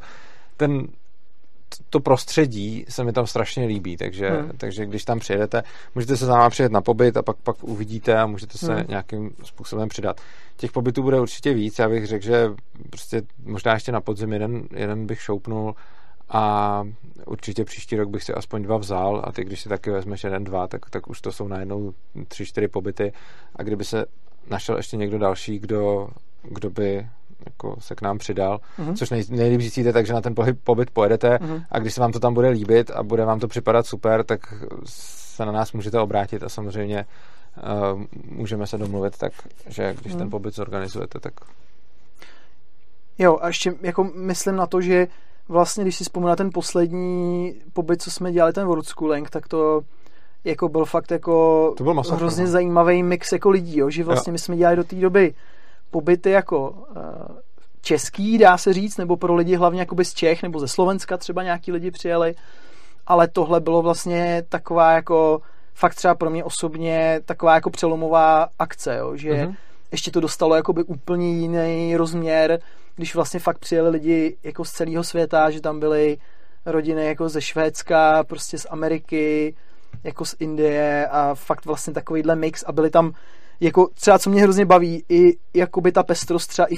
to prostředí se mi tam strašně líbí, takže když tam přijedete, můžete se za náma přijet na pobyt a pak uvidíte a můžete se nějakým způsobem přidat. Těch pobytů bude určitě víc, já bych řekl, že prostě možná ještě na podzim jeden bych šoupnul a určitě příští rok bych si aspoň 2 vzal a ty, když si taky vezmeš 1-2, tak už to jsou najednou 3-4 pobyty a kdyby se našel ještě někdo další, kdo by jako se k nám přidal, což nejlíp zjistíte, takže na ten pobyt pojedete a když se vám to tam bude líbit a bude vám to připadat super, tak se na nás můžete obrátit a samozřejmě můžeme se domluvit tak, že když ten pobyt zorganizujete, tak... Jo, a ještě jako myslím na to, že vlastně, když si vzpomínám ten poslední pobyt, co jsme dělali, ten World Schooling, tak to jako byl fakt jako hrozně zajímavý mix jako lidí, jo? Že vlastně my jsme dělali do té doby pobyty jako český, dá se říct, nebo pro lidi hlavně jakoby z Čech nebo ze Slovenska třeba nějaký lidi přijeli, ale tohle bylo vlastně taková jako fakt třeba pro mě osobně taková jako přelomová akce, jo? Že ještě to dostalo jakoby úplně jiný rozměr, když vlastně fakt přijeli lidi jako z celého světa, že tam byly rodiny jako ze Švédska, prostě z Ameriky, jako z Indie a fakt vlastně takovýhle mix a byli tam jako třeba, co mě hrozně baví, i jakoby ta pestrost třeba i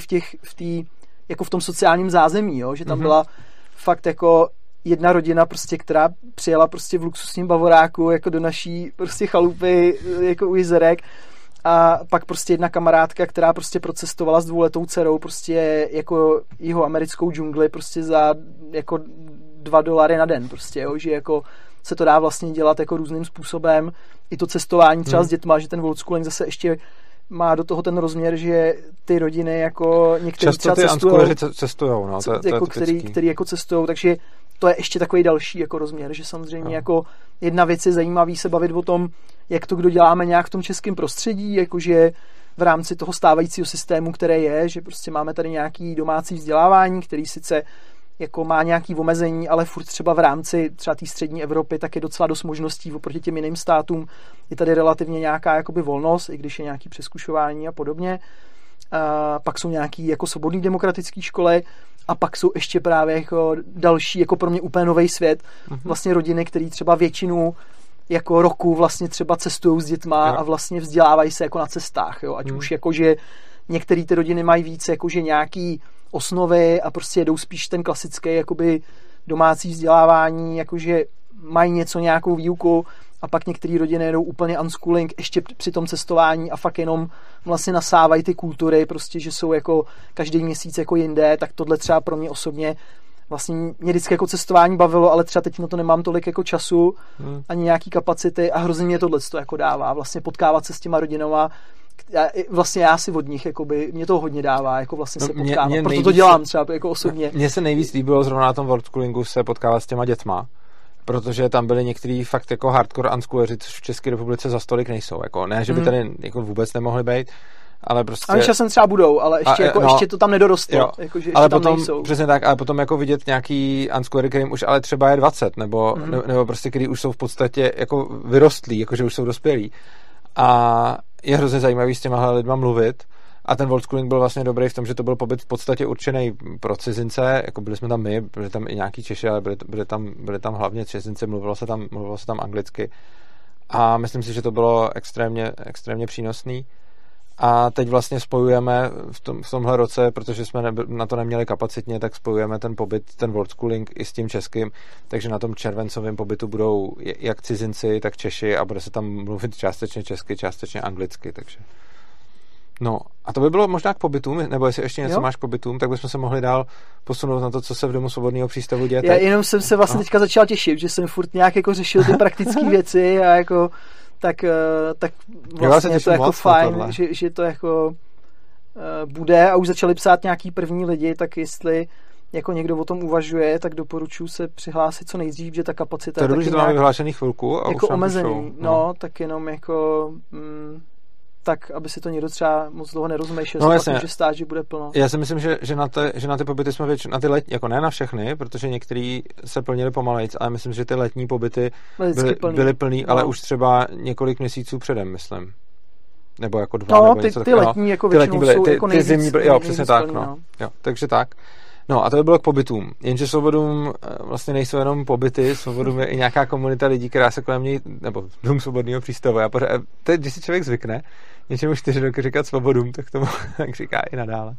jako v tom sociálním zázemí, jo? Že tam byla fakt jako jedna rodina prostě, která přijela prostě v luxusním bavoráku jako do naší prostě chalupy jako u Jizerek a pak prostě jedna kamarádka, která prostě procestovala s 2letou dcerou prostě jako jihoamerickou džungli prostě za jako $2 na den prostě, jo? Že jako se to dá vlastně dělat jako různým způsobem. I to cestování třeba s dětma, že ten worldschooling zase ještě má do toho ten rozměr, že ty rodiny jako některý třeba cestujou, no, to jako je který jako cestujou, takže to je ještě takový další jako rozměr, že samozřejmě jako jedna věc je zajímavý se bavit o tom, jak to kdo děláme nějak v tom českém prostředí, jakože v rámci toho stávajícího systému, které je, že prostě máme tady nějaký domácí vzdělávání, který sice jako má nějaký omezení, ale furt třeba v rámci třeba té střední Evropy tak je docela dost možností oproti těm jiným státům. Je tady relativně nějaká jakoby volnost, i když je nějaký přezkušování a podobně. Pak jsou nějaký jako svobodný demokratický školy a pak jsou ještě právě jako další, jako pro mě úplně nový svět, vlastně rodiny, které třeba většinu jako roku vlastně třeba cestují s dětma a vlastně vzdělávají se jako na cestách, jo? Ať už jako, že některé ty rodiny mají víc jakože nějaký osnovy a prostě jedou spíš ten klasický jakoby domácí vzdělávání, jakože mají nějakou výuku a pak některé rodiny jedou úplně unschooling ještě při tom cestování a fakt jenom vlastně nasávají ty kultury, prostě, že jsou jako každý měsíc jako jinde, tak tohle třeba pro mě osobně vlastně mě vždycky jako cestování bavilo, ale třeba teď na to nemám tolik jako času ani nějaký kapacity a hrozně mě tohle to jako dává, vlastně potkávat se s těma rodinama. Vlastně já si od nich, jakoby, mě to hodně dává, jako vlastně se potkávat, proto to dělám třeba jako osobně. Mně se nejvíc líbilo zrovna na tom worldschoolingu se potkávat s těma dětma, protože tam byli některý fakt jako hardcore unschooleři, což v České republice za stolik nejsou, jako ne, že by tady jako vůbec nemohli být, ale prostě... A časem třeba budou, ale ještě, ještě to tam nedorostlo, jako, že ale tam potom, nejsou. Přesně tak, ale potom jako vidět nějaký unschoolery, kterým už ale třeba je 20, nebo prostě který už jsou v podstatě jako vyrostlí, jakože už jsou dospělí. A je hrozně zajímavý s těma lidma mluvit a ten worldschooling byl vlastně dobrý v tom, že to byl pobyt v podstatě určený pro cizince, jako byli jsme tam my, byli tam i nějaký Češi, ale byli tam hlavně cizinci, mluvilo se tam anglicky a myslím si, že to bylo extrémně přínosný. A teď vlastně spojujeme v tomhle roce, protože jsme na to neměli kapacitně, tak spojujeme ten pobyt, ten worldschooling i s tím českým, takže na tom červencovém pobytu budou jak cizinci, tak Češi a bude se tam mluvit částečně česky, částečně anglicky, takže... No, a to by bylo možná k pobytům, nebo jestli ještě něco máš k pobytům, tak bychom se mohli dál posunout na to, co se v Domu svobodného přístavu děje. Já jenom jsem se vlastně teďka začal těšit, že jsem furt nějak jako řešil ty praktické věci a jako tak vlastně je to jako fajn, že to jako bude a už začali psát nějaký první lidi, tak jestli jako někdo o tom uvažuje, tak doporučuji se přihlásit co nejdřív, že ta kapacita je taky že to máme vyhlášený chvilku a jako už omezený, no, tak jenom jako tak, aby si to někdo třeba moc dlouho nerozmýšlel, no, že může stát, že bude plno. Já si myslím, že na ty pobyty jsme na ty letní, jako ne na všechny, protože některý se plnili pomalejc, ale myslím, že ty letní pobyty byly plný, ale už třeba několik měsíců předem, myslím. Nebo jako 2 no, nebo něco takového. Ty letní jako většinou byly, jsou jako nejvíc, zimní byly, jo, přesně tak, plný, no. Jo, takže tak. No a to by bylo k pobytům. Jenže svobodům vlastně nejsou jenom pobyty, svobodům je i nějaká komunita lidí, která se kolem něj, nebo Dům svobodného přístavu. Teď, když si člověk zvykne něčemu 4 roky říkat svobodům, tak tomu tak říká i nadále.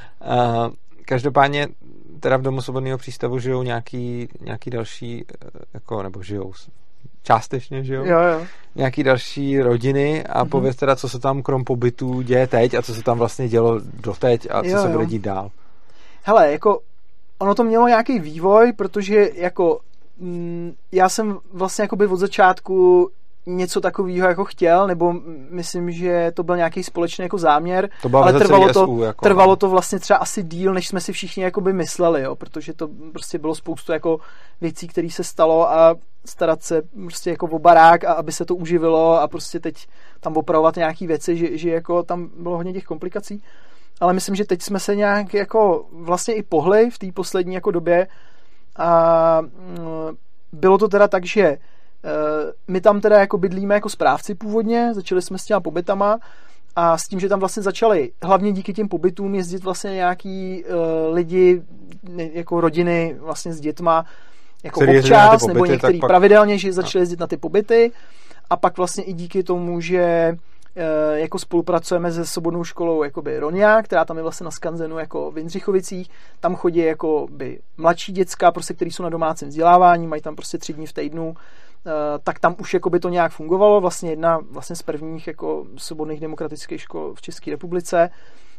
Každopádně teda v Domu svobodného přístavu žijou nějaký další, jako, nebo žijou, částečně žijou, jo. Nějaký další rodiny a pověz teda, co se tam krom pobytů děje teď a co se tam vlastně dělo doteď a co se bude dít dál. Hele, jako ono to mělo nějaký vývoj, protože jako já jsem vlastně jakoby od začátku něco takového jako chtěl, nebo myslím, že to byl nějaký společný jako záměr, ale trvalo to vlastně třeba asi díl, než jsme si všichni jakoby mysleli, jo, protože to prostě bylo spoustu jako věcí, které se stalo a starat se prostě jako o barák a aby se to uživilo a prostě teď tam opravovat nějaký věci, že jako tam bylo hodně těch komplikací. Ale myslím, že teď jsme se nějak jako vlastně i pohli v té poslední jako době a bylo to teda tak, že my tam teda jako bydlíme jako správci původně, začali jsme s těma pobytama A s tím, že tam vlastně začali hlavně díky těm pobytům jezdit vlastně nějaký lidi, jako rodiny vlastně s dětma, jako občas, nebo některý pravidelně, že začali jezdit na ty pobyty. A pak vlastně i díky tomu, že jako spolupracujeme se svobodnou školou jakoby Ronia, která tam je vlastně na skanzenu jako v Jindřichovicích, tam chodí jako by mladší děcka, prostě, který jsou na domácím vzdělávání, mají tam prostě 3 dny v týdnu, tak tam už jakoby to nějak fungovalo, vlastně jedna vlastně z prvních jako svobodných demokratických škol v České republice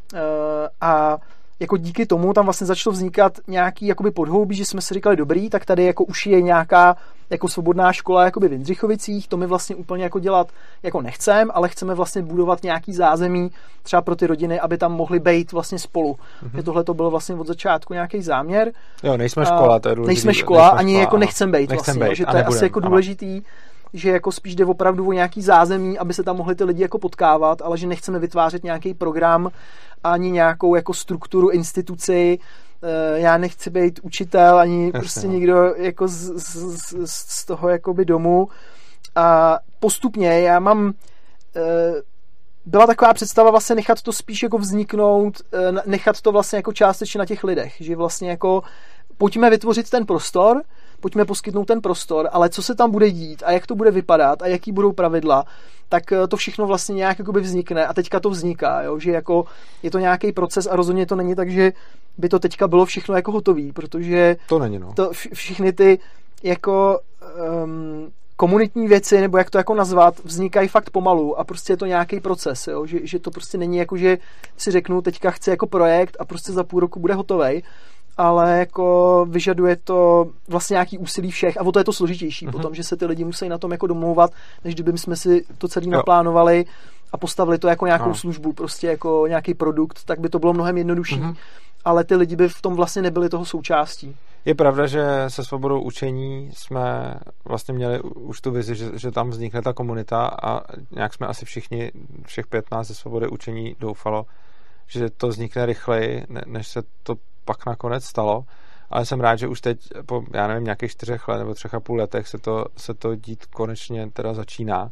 a jako díky tomu tam vlastně začalo vznikat nějaký jakoby podhoubí, že jsme si říkali dobrý, tak tady jako už je nějaká jako svobodná škola jakoby v Jindřichovicích, to my vlastně úplně jako dělat jako nechcem, ale chceme vlastně budovat nějaký zázemí třeba pro ty rodiny, aby tam mohly být vlastně spolu. Mm-hmm. Tohle to bylo vlastně od začátku nějaký záměr. Jo, nejsme škola, to je důležitý. Nejsme škola, ani jako nechcem být vlastně, že to je asi jako důležitý, že jako spíš jde opravdu o nějaký zázemí, aby se tam mohli ty lidi jako potkávat, ale že nechceme vytvářet nějaký program ani nějakou jako strukturu, instituci. Já nechci být učitel, ani jasně, prostě někdo jako z toho jakoby domu. A postupně já mám byla taková představa vlastně nechat to spíš jako vzniknout, nechat to vlastně jako částečně na těch lidech, že vlastně jako pojďme vytvořit ten prostor, pojďme poskytnout ten prostor, ale co se tam bude dít a jak to bude vypadat a jaký budou pravidla, tak to všechno vlastně nějak jakoby vznikne a teďka to vzniká, jo? Že jako je to nějaký proces a rozhodně to není tak, že by to teďka bylo všechno jako hotový, protože to není, no. To všechny ty jako komunitní věci, nebo jak to jako nazvat, vznikají fakt pomalu a prostě je to nějaký proces, jo? Že to prostě není jako, že si řeknu, teďka chci jako projekt a prostě za půl roku bude hotovej, ale jako vyžaduje to vlastně nějaký úsilí všech a o to je to složitější potom, že se ty lidi musí na tom jako domlouvat, než kdyby jsme si to celý naplánovali a postavili to jako nějakou službu, prostě jako nějaký produkt, tak by to bylo mnohem jednodušší. Ale ty lidi by v tom vlastně nebyli toho součástí. Je pravda, že se svobodou učení jsme vlastně měli už tu vizi, že tam vznikne ta komunita a nějak jsme asi všichni, všech 15 ze svobody učení doufalo, že to vznikne rychleji, než se to pak nakonec stalo, ale jsem rád, že už teď po, já nevím, nějakých 4 let nebo 3,5 letech se to dít konečně teda začíná.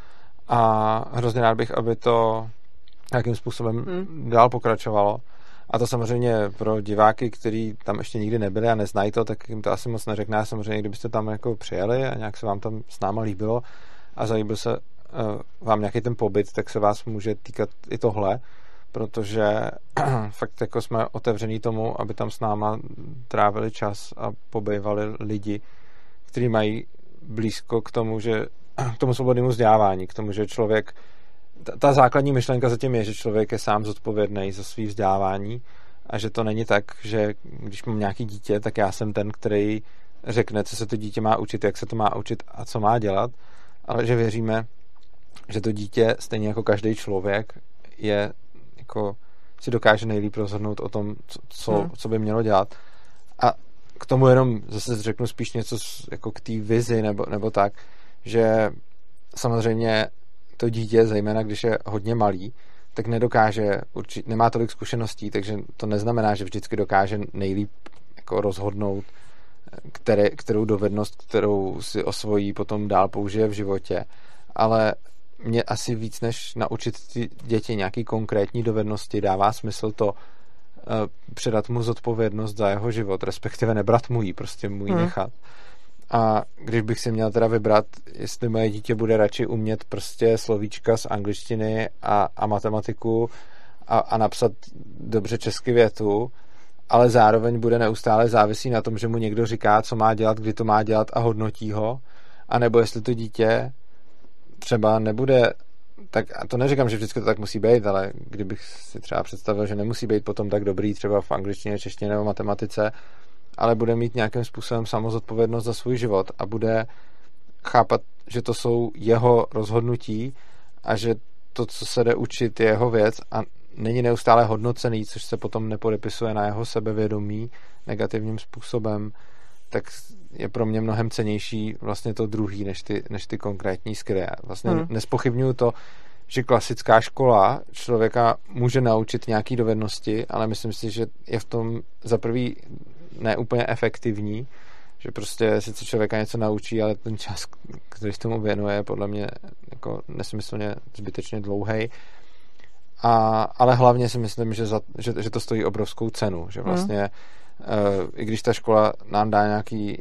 A hrozně rád bych, aby to nějakým způsobem dál pokračovalo. A to samozřejmě pro diváky, kteří tam ještě nikdy nebyli a neznají to, tak jim to asi moc neřekne. A samozřejmě, kdybyste tam jako přijeli a nějak se vám tam s náma líbilo a zalíbil se vám nějaký ten pobyt, tak se vás může týkat i tohle, protože fakt jako jsme otevření tomu, aby tam s náma trávili čas a pobývali lidi, kteří mají blízko k tomu, že k tomu svobodnému vzdělávání, k tomu, že člověk ta základní myšlenka zatím je, že člověk je sám zodpovědný za svý vzdělávání a že to není tak, že když mám nějaký dítě, tak já jsem ten, který řekne, co se to dítě má učit, jak se to má učit a co má dělat, ale že věříme, že to dítě, stejně jako každý člověk, je jako si dokáže nejlíp rozhodnout o tom, co by mělo dělat. A k tomu jenom zase řeknu spíš něco jako k té vizi nebo tak, že samozřejmě to dítě, zejména když je hodně malý, tak nedokáže, nemá tolik zkušeností, takže to neznamená, že vždycky dokáže nejlíp jako rozhodnout, kterou dovednost, kterou si osvojí, potom dál použije v životě. Ale mě asi víc, než naučit ty děti nějaký konkrétní dovednosti, dává smysl to předat mu zodpovědnost za jeho život, respektive nebrat mu ji, prostě mu ji nechat. A když bych si měl teda vybrat, jestli moje dítě bude radši umět prostě slovíčka z angličtiny a matematiku a napsat dobře česky větu, ale zároveň bude neustále závisí na tom, že mu někdo říká, co má dělat, kdy to má dělat a hodnotí ho, anebo jestli to dítě třeba nebude, tak a to neříkám, že vždycky to tak musí být, ale kdybych si třeba představil, že nemusí být potom tak dobrý třeba v angličtině, češtině nebo matematice, ale bude mít nějakým způsobem samozodpovědnost za svůj život a bude chápat, že to jsou jeho rozhodnutí a že to, co se jde učit, je jeho věc a není neustále hodnocený, což se potom nepodepisuje na jeho sebevědomí negativním způsobem, tak je pro mě mnohem cennější vlastně to druhý, než ty konkrétní skry. Vlastně nespochybňuju to, že klasická škola člověka může naučit nějaký dovednosti, ale myslím si, že je v tom za prvý neúplně efektivní, že prostě sice člověka něco naučí, ale ten čas, který tomu věnuje, je podle mě jako nesmyslně zbytečně dlouhej. Ale hlavně si myslím, že to stojí obrovskou cenu, že vlastně i když ta škola nám dá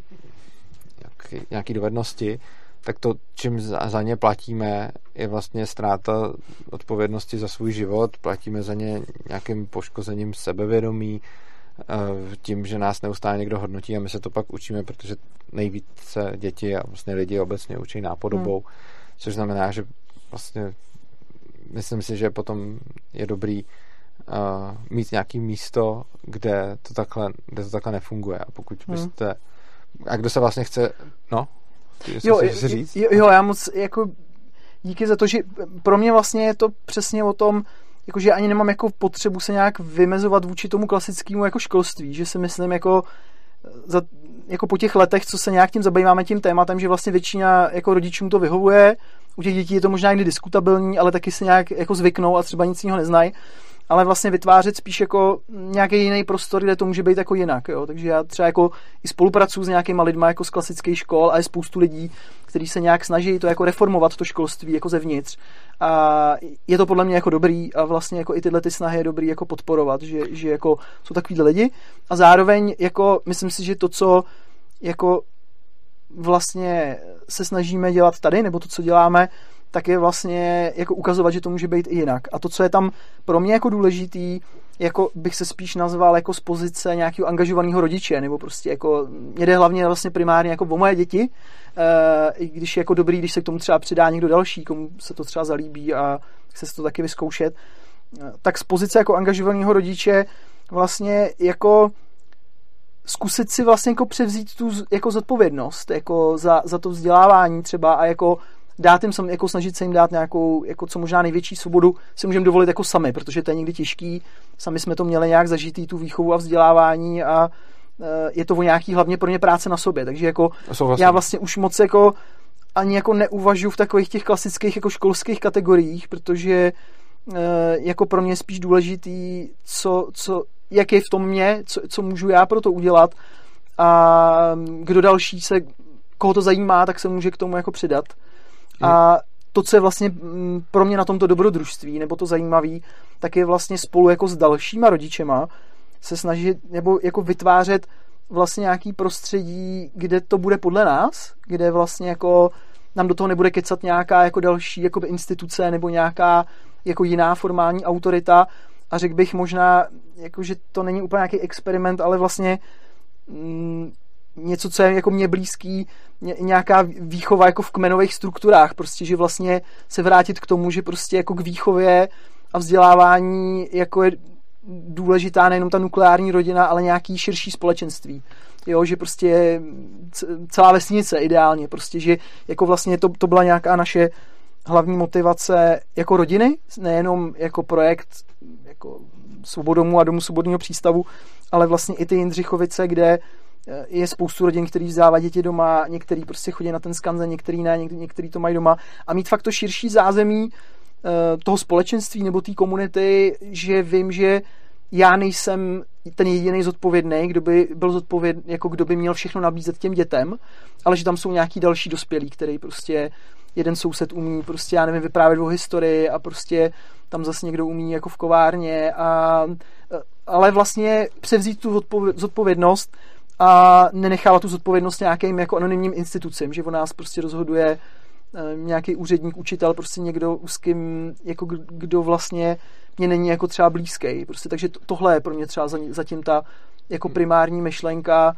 nějaký dovednosti, tak to, čím za ně platíme, je vlastně ztráta odpovědnosti za svůj život, platíme za ně nějakým poškozením sebevědomí, tím, že nás neustále někdo hodnotí a my se to pak učíme, protože nejvíce děti a vlastně lidi obecně učí nápodobou, což znamená, že vlastně myslím si, že potom je dobrý mít nějaký místo, kde to takhle nefunguje. A pokud byste... A kdo se vlastně chce... No? Jo, já moc jako díky za to, že pro mě vlastně je to přesně o tom, jako, že ani nemám jako potřebu se nějak vymezovat vůči tomu klasickému jako školství, že si myslím jako po těch letech, co se nějak tím zabýváme tím tématem, že vlastně většina jako rodičům to vyhovuje, u těch dětí je to možná někdy diskutabilní, ale taky si nějak jako zvyknou a třeba nic jiného neznají, ale vlastně vytvářet spíš jako nějaký jiný prostor, kde to může být jako jinak, jo? Takže já třeba jako i spolupracuji s nějakýma lidma jako z klasických škol a je spoustu lidí, kteří se nějak snaží to jako reformovat to školství jako zevnitř. A je to podle mě jako dobrý a vlastně jako i tyhle ty snahy je dobrý jako podporovat, že jako jsou takový lidi a zároveň jako myslím si, že to, co jako vlastně se snažíme dělat tady, nebo to, co děláme, tak je vlastně jako ukazovat, že to může být i jinak. A to, co je tam pro mě jako důležitý, jako bych se spíš nazval jako z pozice nějakého angažovaného rodiče, nebo prostě jako mě jde hlavně vlastně primárně jako o moje děti, i když je jako dobrý, když se k tomu třeba přidá někdo další, komu se to třeba zalíbí a chce se to taky vyzkoušet, tak z pozice jako angažovaného rodiče vlastně jako zkusit si vlastně jako převzít tu jako zodpovědnost jako za to vzdělávání třeba a jako dát jim, jako snažit se jim dát nějakou jako co možná největší svobodu si můžeme dovolit jako sami, protože to je někdy těžký. Sami jsme to měli nějak zažitý, tu výchovu a vzdělávání a je to o nějaký hlavně pro ně práce na sobě, takže jako já vlastně už moc jako ani jako neuvažuji v takových těch klasických jako školských kategoriích, protože jako pro mě je spíš důležitý, jak je v tom mě, co můžu já pro to udělat a kdo další koho to zajímá, tak se může k tomu jako přidat. A to, co je vlastně pro mě na tomto dobrodružství, nebo to zajímavý, tak je vlastně spolu jako s dalšíma rodičema se snažit, nebo jako vytvářet vlastně nějaký prostředí, kde to bude podle nás, kde vlastně jako nám do toho nebude kecat nějaká jako další jako instituce nebo nějaká jako jiná formální autorita a řekl bych možná, jako, že to není úplně nějaký experiment, ale vlastně něco, co je jako mně blízký, nějaká výchova jako v kmenových strukturách, prostě, že vlastně se vrátit k tomu, že prostě jako k výchově a vzdělávání jako je důležitá nejenom ta nukleární rodina, ale nějaký širší společenství. Jo, že prostě celá vesnice ideálně, prostě, že jako vlastně to byla nějaká naše hlavní motivace jako rodiny, nejenom jako projekt jako Svobodomu a Domu svobodného přístavu, ale vlastně i ty Jindřichovice, kde je spoustu rodin, který vzdávají děti doma, některý prostě chodí na ten skanzen, některý ne, některý to mají doma a mít fakt to širší zázemí toho společenství nebo té komunity, že vím, že já nejsem ten jediný zodpovědný, kdo by byl zodpovědný, jako kdo by měl všechno nabízet těm dětem, ale že tam jsou nějaký další dospělí, který prostě jeden soused umí prostě, já nevím, vyprávět o historii a prostě tam zase někdo umí jako v kovárně ale vlastně převzít tu zodpovědnost a nenechávat tu zodpovědnost nějakým jako anonymním institucím, že o nás prostě rozhoduje nějaký úředník, učitel, prostě někdo, s kým, jako kdo vlastně mě není jako třeba blízký. Prostě, takže tohle je pro mě třeba zatím ta jako primární myšlenka,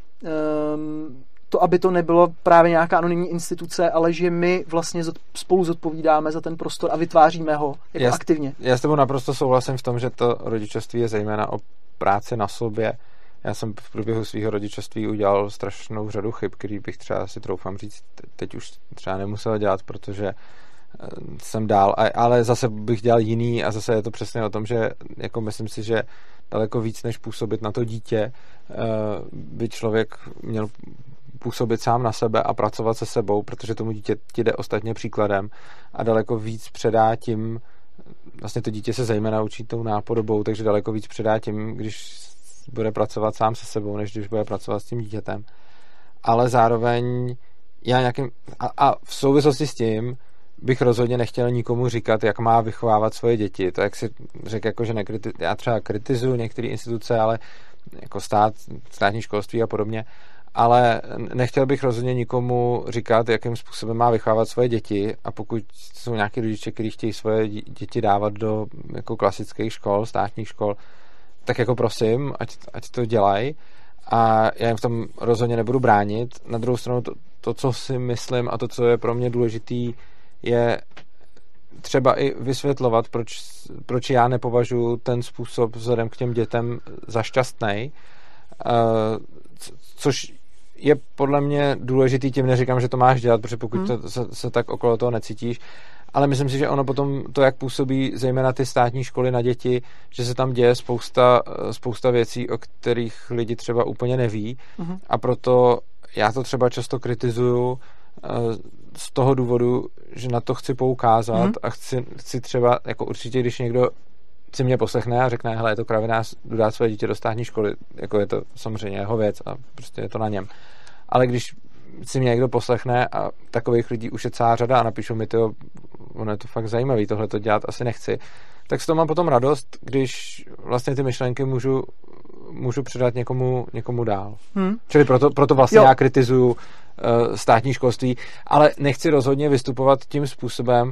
to, aby to nebylo právě nějaká anonymní instituce, ale že my vlastně spolu zodpovídáme za ten prostor a vytváříme ho jako aktivně. Já s tebou naprosto souhlasím v tom, že to rodičovství je zejména o práci na sobě. Já jsem v průběhu svého rodičovství udělal strašnou řadu chyb, který bych třeba si troufám říct, teď už třeba nemusel dělat, protože jsem dál, ale zase bych dělal jiný a zase je to přesně o tom, že jako myslím si, že daleko víc než působit na to dítě by člověk měl působit sám na sebe a pracovat se sebou, protože tomu dítě ti jde ostatně příkladem a daleko víc předá tím, vlastně to dítě se zejména učí tou nápodobou, takže daleko víc předá tím, když bude pracovat sám se sebou, než když bude pracovat s tím dítětem. Ale zároveň já nějakým a v souvislosti s tím bych rozhodně nechtěl nikomu říkat, jak má vychovávat svoje děti. To, jak si řekl, jako, že já třeba kritizuju některé instituce, ale jako státní školství a podobně, ale nechtěl bych rozhodně nikomu říkat, jakým způsobem má vychovávat svoje děti, a pokud jsou nějaký rodiče, kteří chtějí svoje děti dávat do jako klasických škol, státních škol, tak jako prosím, ať to dělají, a já jim v tom rozhodně nebudu bránit. Na druhou stranu to, co si myslím a to, co je pro mě důležitý, je třeba i vysvětlovat, proč já nepovažuji ten způsob vzhledem k těm dětem za šťastný, což je podle mě důležitý, tím neříkám, že to máš dělat, protože pokud se tak okolo toho necítíš, ale myslím si, že ono potom to, jak působí zejména ty státní školy na děti, že se tam děje spousta věcí, o kterých lidi třeba úplně neví, a proto já to třeba často kritizuju z toho důvodu, že na to chci poukázat a chci třeba, jako určitě, když někdo si mě poslechne a řekne, hele, je to kravina, jdu dát své dítě do státní školy, jako je to samozřejmě jeho věc a prostě je to na něm. Ale když si mě někdo poslechne, a takových lidí už je celá řada a napíšou mi to, ono je to fakt zajímavý, tohle to dělat asi nechci, tak z toho mám potom radost, když vlastně ty myšlenky můžu předat někomu dál. Čili proto vlastně já kritizuju státní školství, ale nechci rozhodně vystupovat tím způsobem,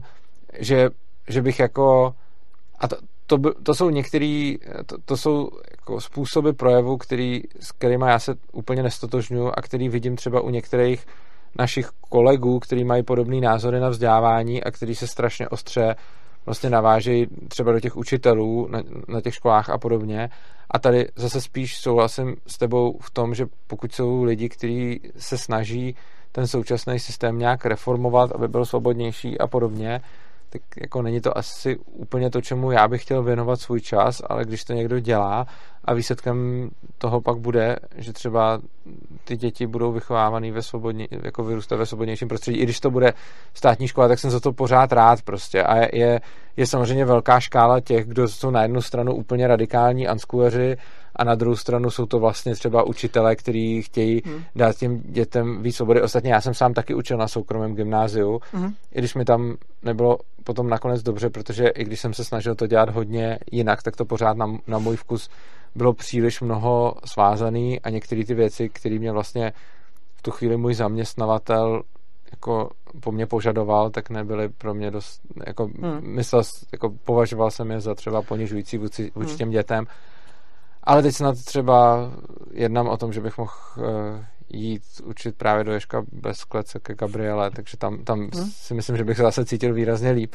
že bych jako, a to jsou některý, to jsou jako způsoby projevu, s kterými já se úplně nestotožňuji a který vidím třeba u některých našich kolegů, kteří mají podobné názory na vzdělávání a kteří se strašně ostře vlastně navážejí třeba do těch učitelů na těch školách a podobně. A tady zase spíš souhlasím s tebou v tom, že pokud jsou lidi, kteří se snaží ten současný systém nějak reformovat, aby byl svobodnější a podobně, tak jako není to asi úplně to, čemu já bych chtěl věnovat svůj čas, ale když to někdo dělá a výsledkem toho pak bude, že třeba ty děti budou vychovávaný jako vyrůstat ve svobodnějším prostředí, i když to bude státní škola, tak jsem za to pořád rád prostě. A je samozřejmě velká škála těch, kdo jsou na jednu stranu úplně radikální unschooleři a na druhou stranu jsou to vlastně třeba učitelé, kteří chtějí dát těm dětem víc svobody. Ostatně já jsem sám taky učil na soukromém gymnáziu, i když mi tam nebylo potom nakonec dobře, protože i když jsem se snažil to dělat hodně jinak, tak to pořád na můj vkus bylo příliš mnoho svázaný a některé ty věci, které mě vlastně v tu chvíli můj zaměstnavatel jako po mně požadoval, tak nebyly pro mě dost, jako považoval jsem je za třeba ponižující vůči těm dětem. Ale teď snad třeba jednám o tom, že bych mohl jít učit právě do Ježka bez klece ke Gabriele, takže tam si myslím, že bych se zase cítil výrazně líp.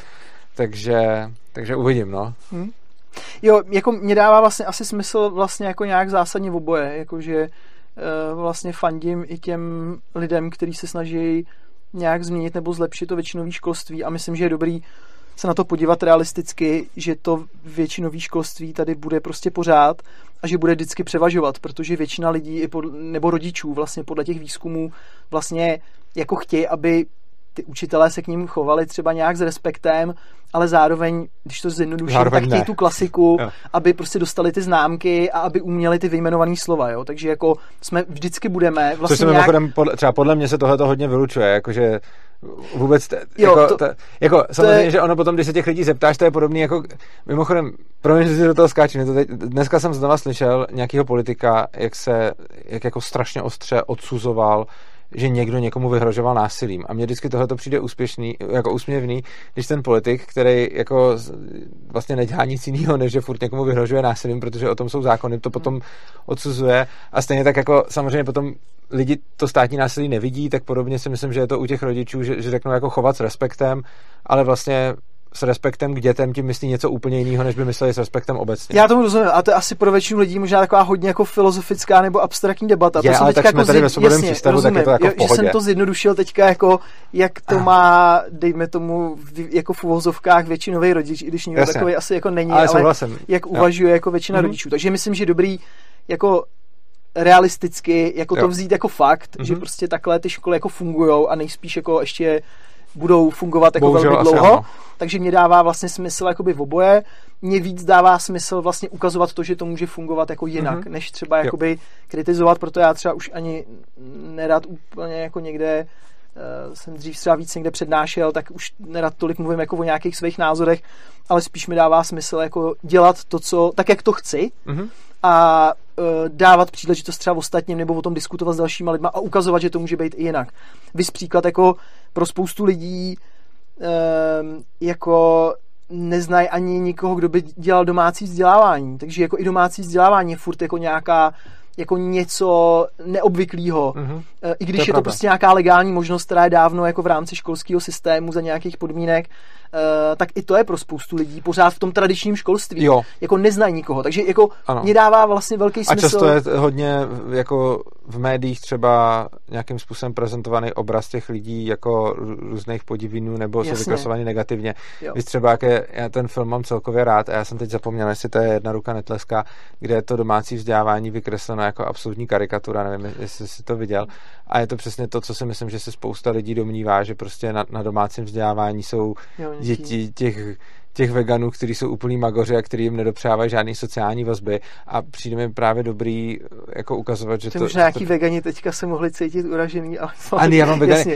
Takže uvidím, no. Jo, jako mě dává vlastně asi smysl vlastně jako nějak zásadně v oboje, jakože vlastně fandím i těm lidem, kteří se snaží nějak změnit nebo zlepšit to většinové školství a myslím, že je dobrý se na to podívat realisticky, že to většinové školství tady bude prostě pořád a že bude vždycky převažovat, protože většina lidí nebo rodičů vlastně podle těch výzkumů vlastně jako chtějí, aby ty učitelé se k ním chovali třeba nějak s respektem, ale zároveň, když to zjednoduším, tak chtějí tu klasiku, aby prostě dostali ty známky a aby uměli ty vyjmenovaný slova, jo. Takže jako vždycky budeme vlastně což se mimochodem, třeba podle mě se tohle hodně vylučuje, jakože vůbec, samozřejmě, že ono potom, když se těch lidí zeptáš, to je podobný jako, mimochodem, promiň, že si do toho skáčím, dneska jsem znova slyšel nějakého politika, jak jako strašně ostře odsuzoval, že někdo někomu vyhrožoval násilím. A mně vždycky tohle přijde jako úsměvný, když ten politik, který jako vlastně nedělá nic jiného, než že furt někomu vyhrožuje násilím, protože o tom jsou zákony, to potom odsuzuje. A stejně tak jako samozřejmě potom lidi to státní násilí nevidí, tak podobně si myslím, že je to u těch rodičů, že řeknou jako chovat s respektem, ale vlastně s respektem k dětem tím myslí něco úplně jiného, než by mysleli s respektem obecně. Já tomu rozumím, a to je asi pro většinu lidí možná taková hodně jako filozofická nebo abstraktní debata. Je, to ale tak jsme tady ve svobodném přístavu, tak je to jako v pohodě. Že jsem to zjednodušil teďka jako, jak to má, dejme tomu, jako v uvozovkách většinový rodič, i když někdo takový asi jako není, ale jak uvažuje jako většina rodičů. Takže myslím, že dobrý jako realisticky jako to vzít jako fakt, že prostě takhle ty školy jako fungujou a nejspíš jako ještě budou fungovat jako velmi dlouho, takže mě dává vlastně smysl jakoby v oboje. Mně víc dává smysl vlastně ukazovat to, že to může fungovat jako jinak, než třeba jakoby kritizovat, proto já třeba už ani nerad úplně jako někde jsem dřív třeba víc někde přednášel, tak už nerad tolik mluvím jako o nějakých svých názorech, ale spíš mi dává smysl jako dělat to, co, tak jak to chci a dávat příležitost třeba ostatním nebo o tom diskutovat s dalšíma lidma a ukazovat, že to může být i jinak. Vys příklad jako pro spoustu lidí jako neznají ani nikoho, kdo by dělal domácí vzdělávání, takže jako i domácí vzdělávání je furt jako nějaká jako něco neobvyklého. I když je to prostě nějaká legální možnost, která je dávno jako v rámci školského systému za nějakých podmínek, tak i to je pro spoustu lidí pořád v tom tradičním školství. Jo. Jako neznají nikoho. Takže jako mě dává vlastně velký smysl. A často je hodně jako v médiích třeba nějakým způsobem prezentovaný obraz těch lidí jako různých podivínů nebo jsou vykresovaný negativně. Víš třeba, já ten film mám celkově rád a já jsem teď zapomněl, jestli to je Jedna ruka netleská, kde je to domácí vzdělávání vykresleno jako absolutní karikatura, nevím, jestli jsi to viděl. A je to přesně to, co si myslím, že se spousta lidí domnívá, že prostě na domácím vzdělávání jsou děti těch veganů, kteří jsou úplný magoři a kteří jim nedopřávají žádný sociální vazby a přijde mi právě dobrý jako ukazovat, že to... Možná nějaký vegani teďka se mohli cítit uražený, ale... Ani já mám vegany...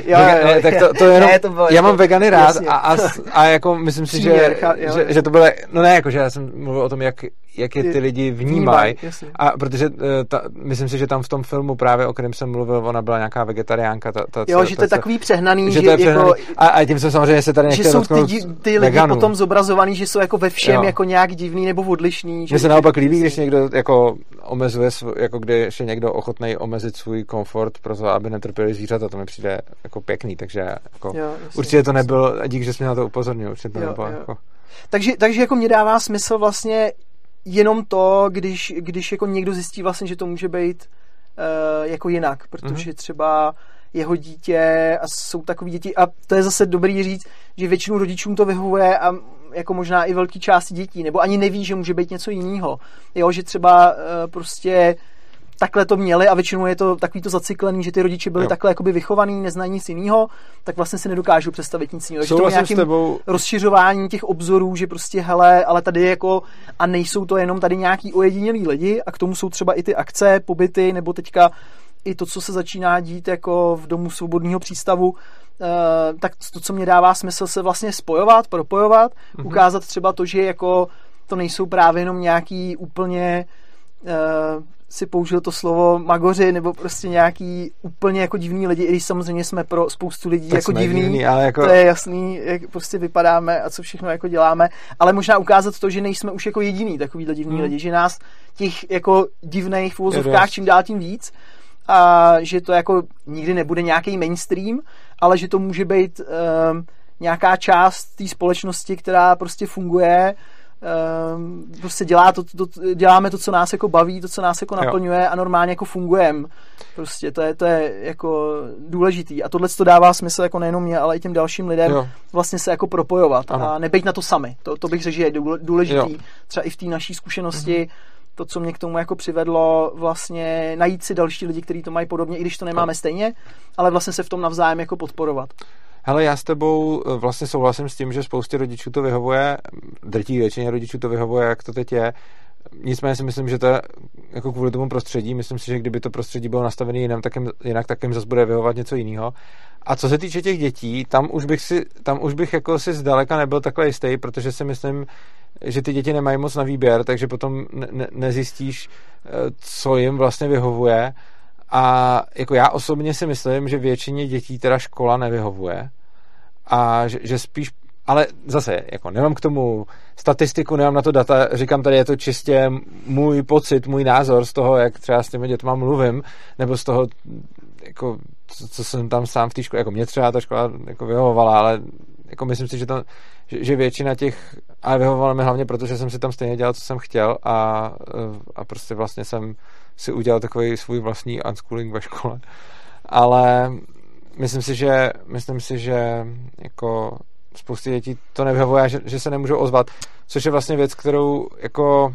Já mám vegany rád a jako myslím si, že to bylo... No ne, jako že já jsem mluvil o tom, jak je ty lidi vnímají. A protože myslím si, že tam v tom filmu právě, o kterém jsem mluvil, ona byla nějaká vegetariánka. Že to je takový přehnaný, že to je přehnaný. A tím jsem samozřejmě se tady nechtěl dotknout ty lidi potom zobrazovaný, že jsou jako ve všem jako nějak divný nebo odlišný. Mně se naopak líbí, když někdo jako omezuje, jako když je někdo ochotný omezit svůj komfort pro to, aby netrpěli zvířata, to mi přijde jako pěkný, takže jako určitě to nebylo, díky, že jsi mě na to upozornil, určitě to nebylo jako... Takže jako mě dává smysl vlastně jenom to, když jako někdo zjistí vlastně, že to může být jako jinak, protože třeba jeho dítě a jsou takový děti a to je zase dobrý říct, že většinu rodičům to vyhovuje a jako možná i velký části dětí, nebo ani neví, že může být něco jiného. Jo, že třeba prostě takhle to měli a většinou je to takový to zacyklený, že ty rodiče byli takhle jakoby vychovaný, neznají nic jiného, tak vlastně si nedokážu představit nic jiného. Takže to nějakým rozšiřování těch obzorů, že prostě hele, ale tady jako a nejsou to jenom tady nějaký ojedinělí lidi a k tomu jsou třeba i ty akce, pobyty, nebo teďka i to, co se začíná dít jako v Domu svobodného přístavu, tak to, co mě dává smysl, se vlastně spojovat, propojovat, ukázat třeba to, že jako to nejsou právě jenom nějaký úplně si použil to slovo magoři, nebo prostě nějaký úplně jako divný lidi, i když samozřejmě jsme pro spoustu lidí tak jako divný, ale jako... to je jasný, jak prostě vypadáme a co všechno jako děláme, ale možná ukázat to, že nejsme už jako jediný takovýhle divný lidi, že nás těch jako divných v uvozovkách čím dál tím víc a že to jako nikdy nebude nějaký mainstream, ale že to může být nějaká část té společnosti, která prostě funguje, prostě děláme to, co nás jako baví, to, co nás jako naplňuje a normálně jako fungujeme. Prostě to je jako důležitý. A tohle to dává smysl jako nejenom mě, ale i těm dalším lidem vlastně se jako propojovat a nebejt na to sami. To bych řekl, že je důležitý. Třeba i v té naší zkušenosti to, co mě k tomu jako přivedlo, vlastně najít si další lidi, kteří to mají podobně, i když to nemáme stejně, ale vlastně se v tom navzájem jako podporovat. Hele, já s tebou vlastně souhlasím s tím, že spoustě rodičů to vyhovuje, drtí většině rodičů to vyhovuje, jak to teď je. Nicméně si myslím, že to je jako kvůli tomu prostředí. Myslím si, že kdyby to prostředí bylo nastavené jinak, tak jim zase bude vyhovovat něco jiného. A co se týče těch dětí, tam už bych jako si zdaleka nebyl takhle jistý, protože si myslím, že ty děti nemají moc na výběr, takže potom nezjistíš, co jim vlastně vyhovuje. A jako já osobně si myslím, že většině dětí teda škola nevyhovuje a že spíš, ale zase jako nemám k tomu statistiku, nemám na to data, říkám tady je to čistě můj pocit, můj názor z toho, jak třeba s těmi dětma mluvím, nebo z toho, jako, co jsem tam sám v té škole, jako mě třeba ta škola jako vyhovovala, ale jako myslím si, že většina těch, ale vyhovovala mi hlavně proto, že jsem si tam stejně dělal, co jsem chtěl a prostě vlastně jsem si udělal takový svůj vlastní unschooling ve škole. Ale myslím si, že jako spoustě dětí to nevyhovuje, že se nemůžou ozvat, což je vlastně věc, kterou jako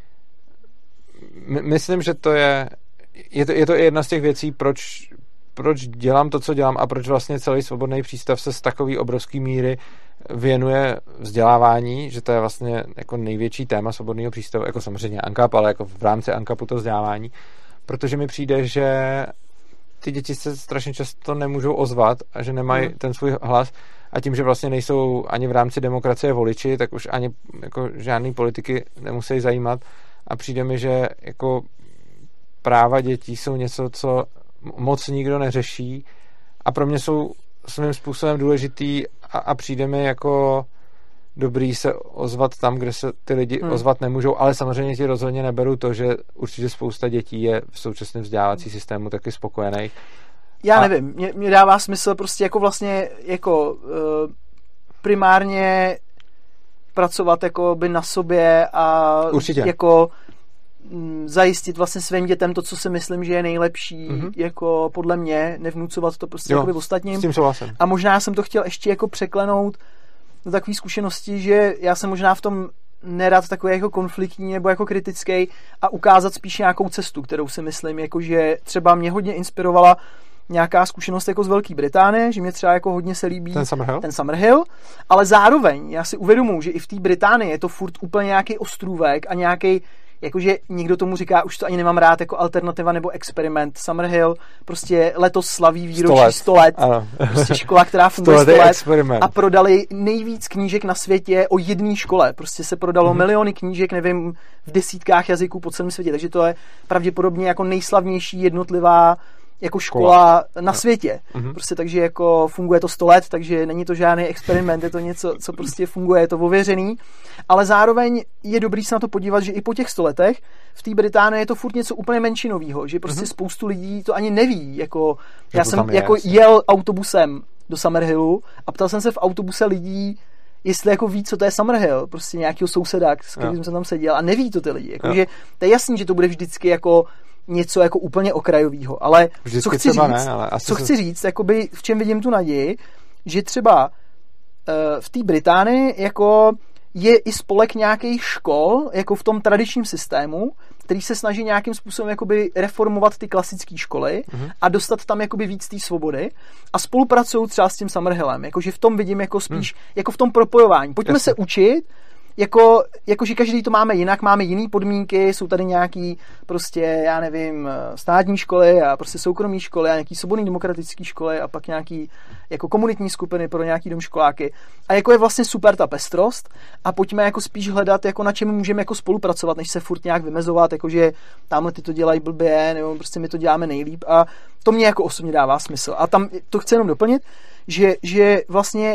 myslím, že to je to jedna z těch věcí, proč dělám to, co dělám a proč vlastně celý Svobodný přístav se z takový obrovský míry věnuje vzdělávání, že to je vlastně jako největší téma Svobodného přístavu, jako samozřejmě ANCAP, ale jako v rámci ANCAPu to vzdělávání, protože mi přijde, že ty děti se strašně často nemůžou ozvat a že nemají ten svůj hlas a tím, že vlastně nejsou ani v rámci demokracie voliči, tak už ani jako žádný politiky nemusí zajímat a přijde mi, že jako práva dětí jsou něco, co moc nikdo neřeší a pro mě jsou svým způsobem důležitý a přijde mi jako dobrý se ozvat tam, kde se ty lidi ozvat nemůžou, ale samozřejmě ti rozhodně neberu to, že určitě spousta dětí je v současném vzdělávací systému taky spokojených. Já nevím, mě dává smysl prostě jako vlastně jako primárně pracovat jako by na sobě a určitě. Jako zajistit vlastně svým dětem to, co si myslím, že je nejlepší, jako podle mě, nevnucovat to prostě jakoby ostatním. S tím souhlasím. A možná jsem to chtěl ještě jako překlenout do takové zkušenosti, že já jsem možná v tom nerad takový jako konfliktní nebo jako kritický a ukázat spíš nějakou cestu, kterou si myslím, jako že třeba mě hodně inspirovala nějaká zkušenost jako z Velké Británie, že mě třeba jako hodně se líbí ten Summerhill, ale zároveň já si uvědomuji, že i v té Británii je to furt úplně nějaký ostrůvek a nějaký, jakože někdo tomu říká, už to ani nemám rád, jako alternativa nebo experiment. Summerhill prostě letos slaví výročí 100 let. Prostě škola, která funguje 100 let a prodali nejvíc knížek na světě o jedné škole. Prostě se prodalo miliony knížek, nevím, v desítkách jazyků po celém světě. Takže to je pravděpodobně jako nejslavnější jednotlivá jako škola na světě. Prostě takže jako funguje to 100 let, takže není to žádný experiment, je to něco, co prostě funguje, je to ověřený, ale zároveň je dobrý se na to podívat, že i po těch 100 letech v té Británii je to furt něco úplně menšinovýho, že prostě spoustu lidí to ani neví, jako já jsem jako jel autobusem do Summerhillu a ptal jsem se v autobuse lidí, jestli jako ví, co to je Summerhill, prostě nějakýho souseda, s kterým jsem tam seděl a neví to ty lidi, jakože to je jasný, že to bude vždycky jako něco jako úplně okrajovýho, ale co chci říct, jakoby v čem vidím tu naději, že třeba v té Británii jako je i spolek nějakých škol, jako v tom tradičním systému, který se snaží nějakým způsobem jakoby reformovat ty klasické školy a dostat tam jakoby víc té svobody a spolupracují třeba s tím Summerhillem, jakože v tom vidím jako spíš jako v tom propojování. Pojďme se učit, že každý to máme jinak, máme jiný podmínky, jsou tady nějaký prostě, já nevím, státní školy a prostě soukromí školy a nějaký svobodný demokratický školy a pak nějaký jako komunitní skupiny pro nějaký domškoláky. A jako je vlastně super ta pestrost a pojďme jako spíš hledat, jako na čem můžeme jako spolupracovat, než se furt nějak vymezovat, jakože tamhle ty to dělají blbě, nebo prostě my to děláme nejlíp a to mě jako osobně dává smysl. A tam to chci jenom doplnit, že vlastně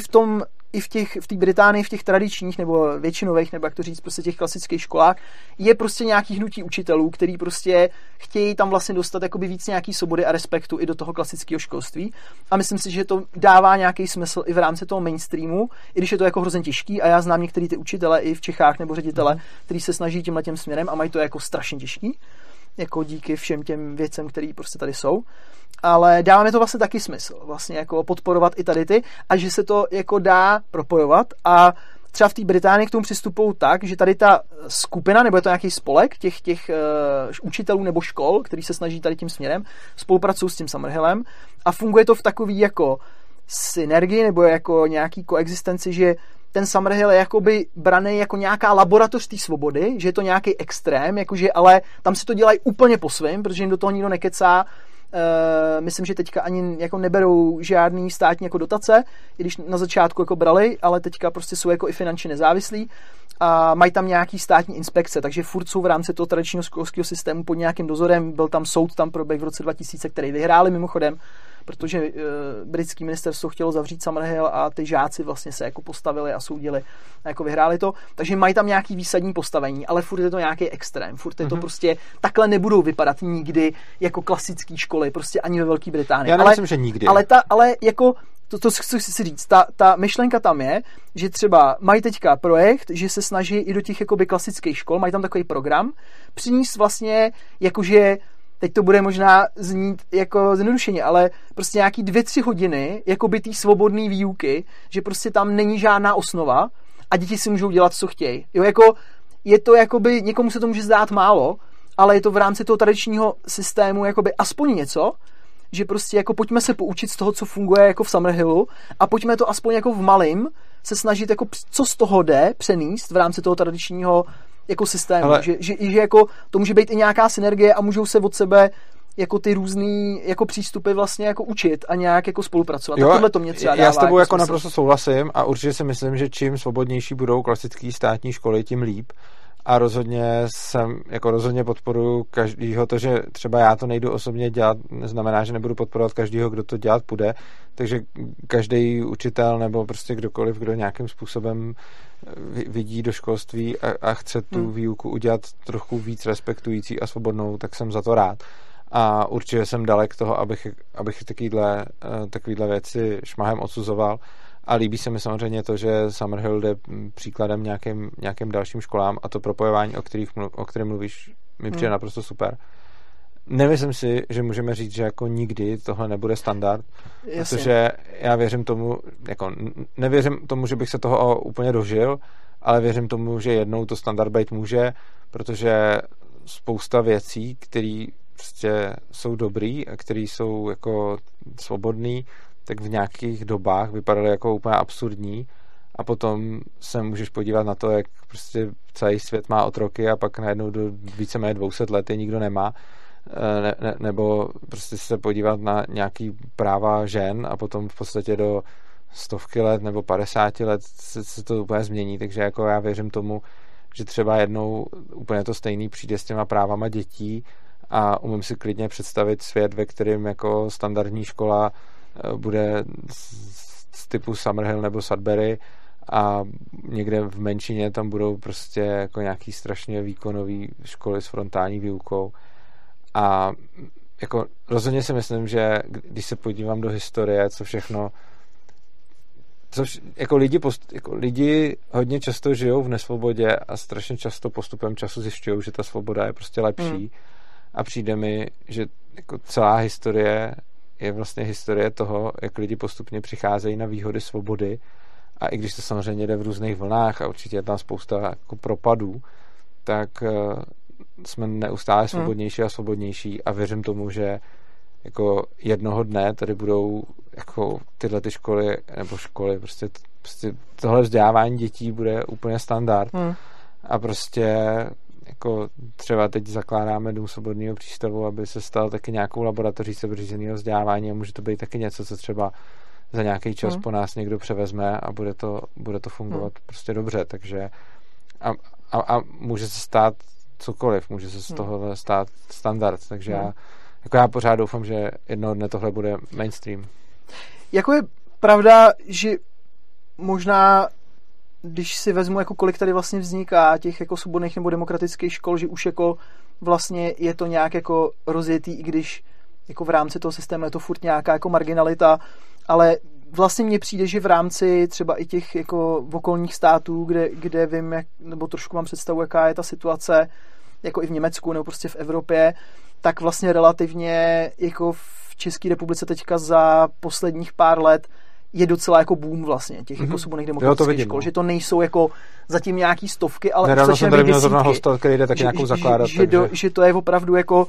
i v té Británii, v těch tradičních nebo většinových, nebo jak to říct, prostě těch klasických školách, je prostě nějaký hnutí učitelů, který prostě chtějí tam vlastně dostat jakoby víc nějaký svobody a respektu i do toho klasického školství. A myslím si, že to dává nějaký smysl i v rámci toho mainstreamu, i když je to jako hrozně těžký a já znám některý ty učitele i v Čechách nebo ředitele, kteří se snaží tímhletěm směrem a mají to jako strašně těžký, jako díky všem těm věcem, které prostě tady jsou. Ale dává mi to vlastně taky smysl, vlastně jako podporovat i tady ty a že se to jako dá propojovat a třeba v té Británii k tomu přistupují tak, že tady ta skupina, nebo je to nějaký spolek těch učitelů nebo škol, který se snaží tady tím směrem, spolupracují s tím Summerhillem a funguje to v takový jako synergii nebo jako nějaký koexistenci, že ten Summerhill je jakoby braný jako nějaká laboratoř té svobody, že je to nějaký extrém, jakože, ale tam si to dělají úplně po svém, protože jim do toho nikdo nekecá. Myslím, že teďka ani jako neberou žádný státní jako dotace, i když na začátku jako brali, ale teďka prostě jsou jako i finančně nezávislí a mají tam nějaký státní inspekce, takže furt jsou v rámci toho tradičního školského systému pod nějakým dozorem. Byl tam soud, tam proběh v roce 2000, který vyhráli mimochodem, protože britský ministerstvo chtělo zavřít Summerhill a ty žáci vlastně se jako postavili a soudili a jako vyhráli to. Takže mají tam nějaký výsadní postavení, ale furt je to nějaký extrém. Furt je to prostě takhle nebudou vypadat nikdy jako klasické školy, prostě ani ve Velké Británii. Já nemyslím, že nikdy. Ale jako to chci si říct, ta myšlenka tam je, že třeba mají teďka projekt, že se snaží i do těch jakoby klasických škol, mají tam takový program, přinést vlastně jakože teď to bude možná znít jako zjednodušeně, ale prostě nějaký 2-3 hodiny jakoby té svobodné výuky, že prostě tam není žádná osnova a děti si můžou dělat, co chtějí. Jo, jako je to jakoby, někomu se to může zdát málo, ale je to v rámci toho tradičního systému jakoby aspoň něco, že prostě jako pojďme se poučit z toho, co funguje jako v Summerhillu a pojďme to aspoň jako v malým se snažit jako co z toho jde přenést v rámci toho tradičního jako systému, že jako to může být i nějaká synergie a můžou se od sebe jako ty různý jako přístupy vlastně jako učit a nějak jako spolupracovat. Jo, tohle to mě třeba dává. Já s tebou jako naprosto souhlasím a určitě si myslím, že čím svobodnější budou klasické státní školy, tím líp. A rozhodně podporuji každýho, to, že třeba já to nejdu osobně dělat, neznamená, že nebudu podporovat každýho, kdo to dělat půjde, takže každý učitel nebo prostě kdokoliv, kdo nějakým způsobem vidí do školství a chce tu výuku udělat trochu víc respektující a svobodnou, tak jsem za to rád. A určitě jsem dalek toho, abych takovýhle věci šmahem odsuzoval. A líbí se mi samozřejmě to, že Summerhill jde příkladem nějakým dalším školám a to propojování, o kterém mluvíš, mi přijde naprosto super. Nemyslím si, že můžeme říct, že jako nikdy tohle nebude standard, protože já věřím tomu, jako nevěřím tomu, že bych se toho úplně dožil, ale věřím tomu, že jednou to standard být může, protože spousta věcí, které prostě jsou dobrý a které jsou jako svobodný, tak v nějakých dobách vypadaly jako úplně absurdní a potom se můžeš podívat na to, jak prostě celý svět má otroky a pak najednou do víceméně 200 let je nikdo nemá. Nebo prostě se podívat na nějaký práva žen a potom v podstatě do 100 let nebo 50 let se to úplně změní, takže jako já věřím tomu, že třeba jednou úplně to stejný přijde s těma právama dětí a umím si klidně představit svět, ve kterém jako standardní škola bude z typu Summerhill nebo Sudbury a někde v menšině tam budou prostě jako nějaký strašně výkonový školy s frontální výukou. A jako rozhodně si myslím, že když se podívám do historie, jako lidi hodně často žijou v nesvobodě a strašně často postupem času zjišťují, že ta svoboda je prostě lepší. A přijde mi, že jako celá historie je vlastně historie toho, jak lidi postupně přicházejí na výhody svobody a i když to samozřejmě jde v různých vlnách a určitě je tam spousta jako propadů, tak jsme neustále svobodnější a svobodnější a věřím tomu, že jako jednoho dne tady budou jako tyhle ty školy nebo školy, prostě tohle vzdělávání dětí bude úplně standard a prostě jako třeba teď zakládáme Dům svobodného přístavu, aby se stal taky nějakou laboratoří sebeřízeného vzdělávání a může to být taky něco, co třeba za nějaký čas po nás někdo převezme a bude to fungovat prostě dobře, takže a může se stát cokoliv, může se z toho stát standard, takže já pořád doufám, že jednoho dne tohle bude mainstream. Jako je pravda, že možná když si vezmu, jako kolik tady vlastně vzniká těch jako svobodných nebo demokratických škol, že už jako vlastně je to nějak jako rozjetý, i když jako v rámci toho systému je to furt nějaká jako marginalita, ale vlastně mně přijde, že v rámci třeba i těch jako okolních států, kde vím, nebo trošku mám představu, jaká je ta situace, jako i v Německu nebo prostě v Evropě, tak vlastně relativně jako v České republice teďka za posledních pár let je docela jako boom vlastně těch jako svobodných demokratických škol, že to nejsou jako zatím nějaký stovky, ale nedávno jsem tady měl zrovna hosta, který jde taky nějakou zakládat. Že to je opravdu jako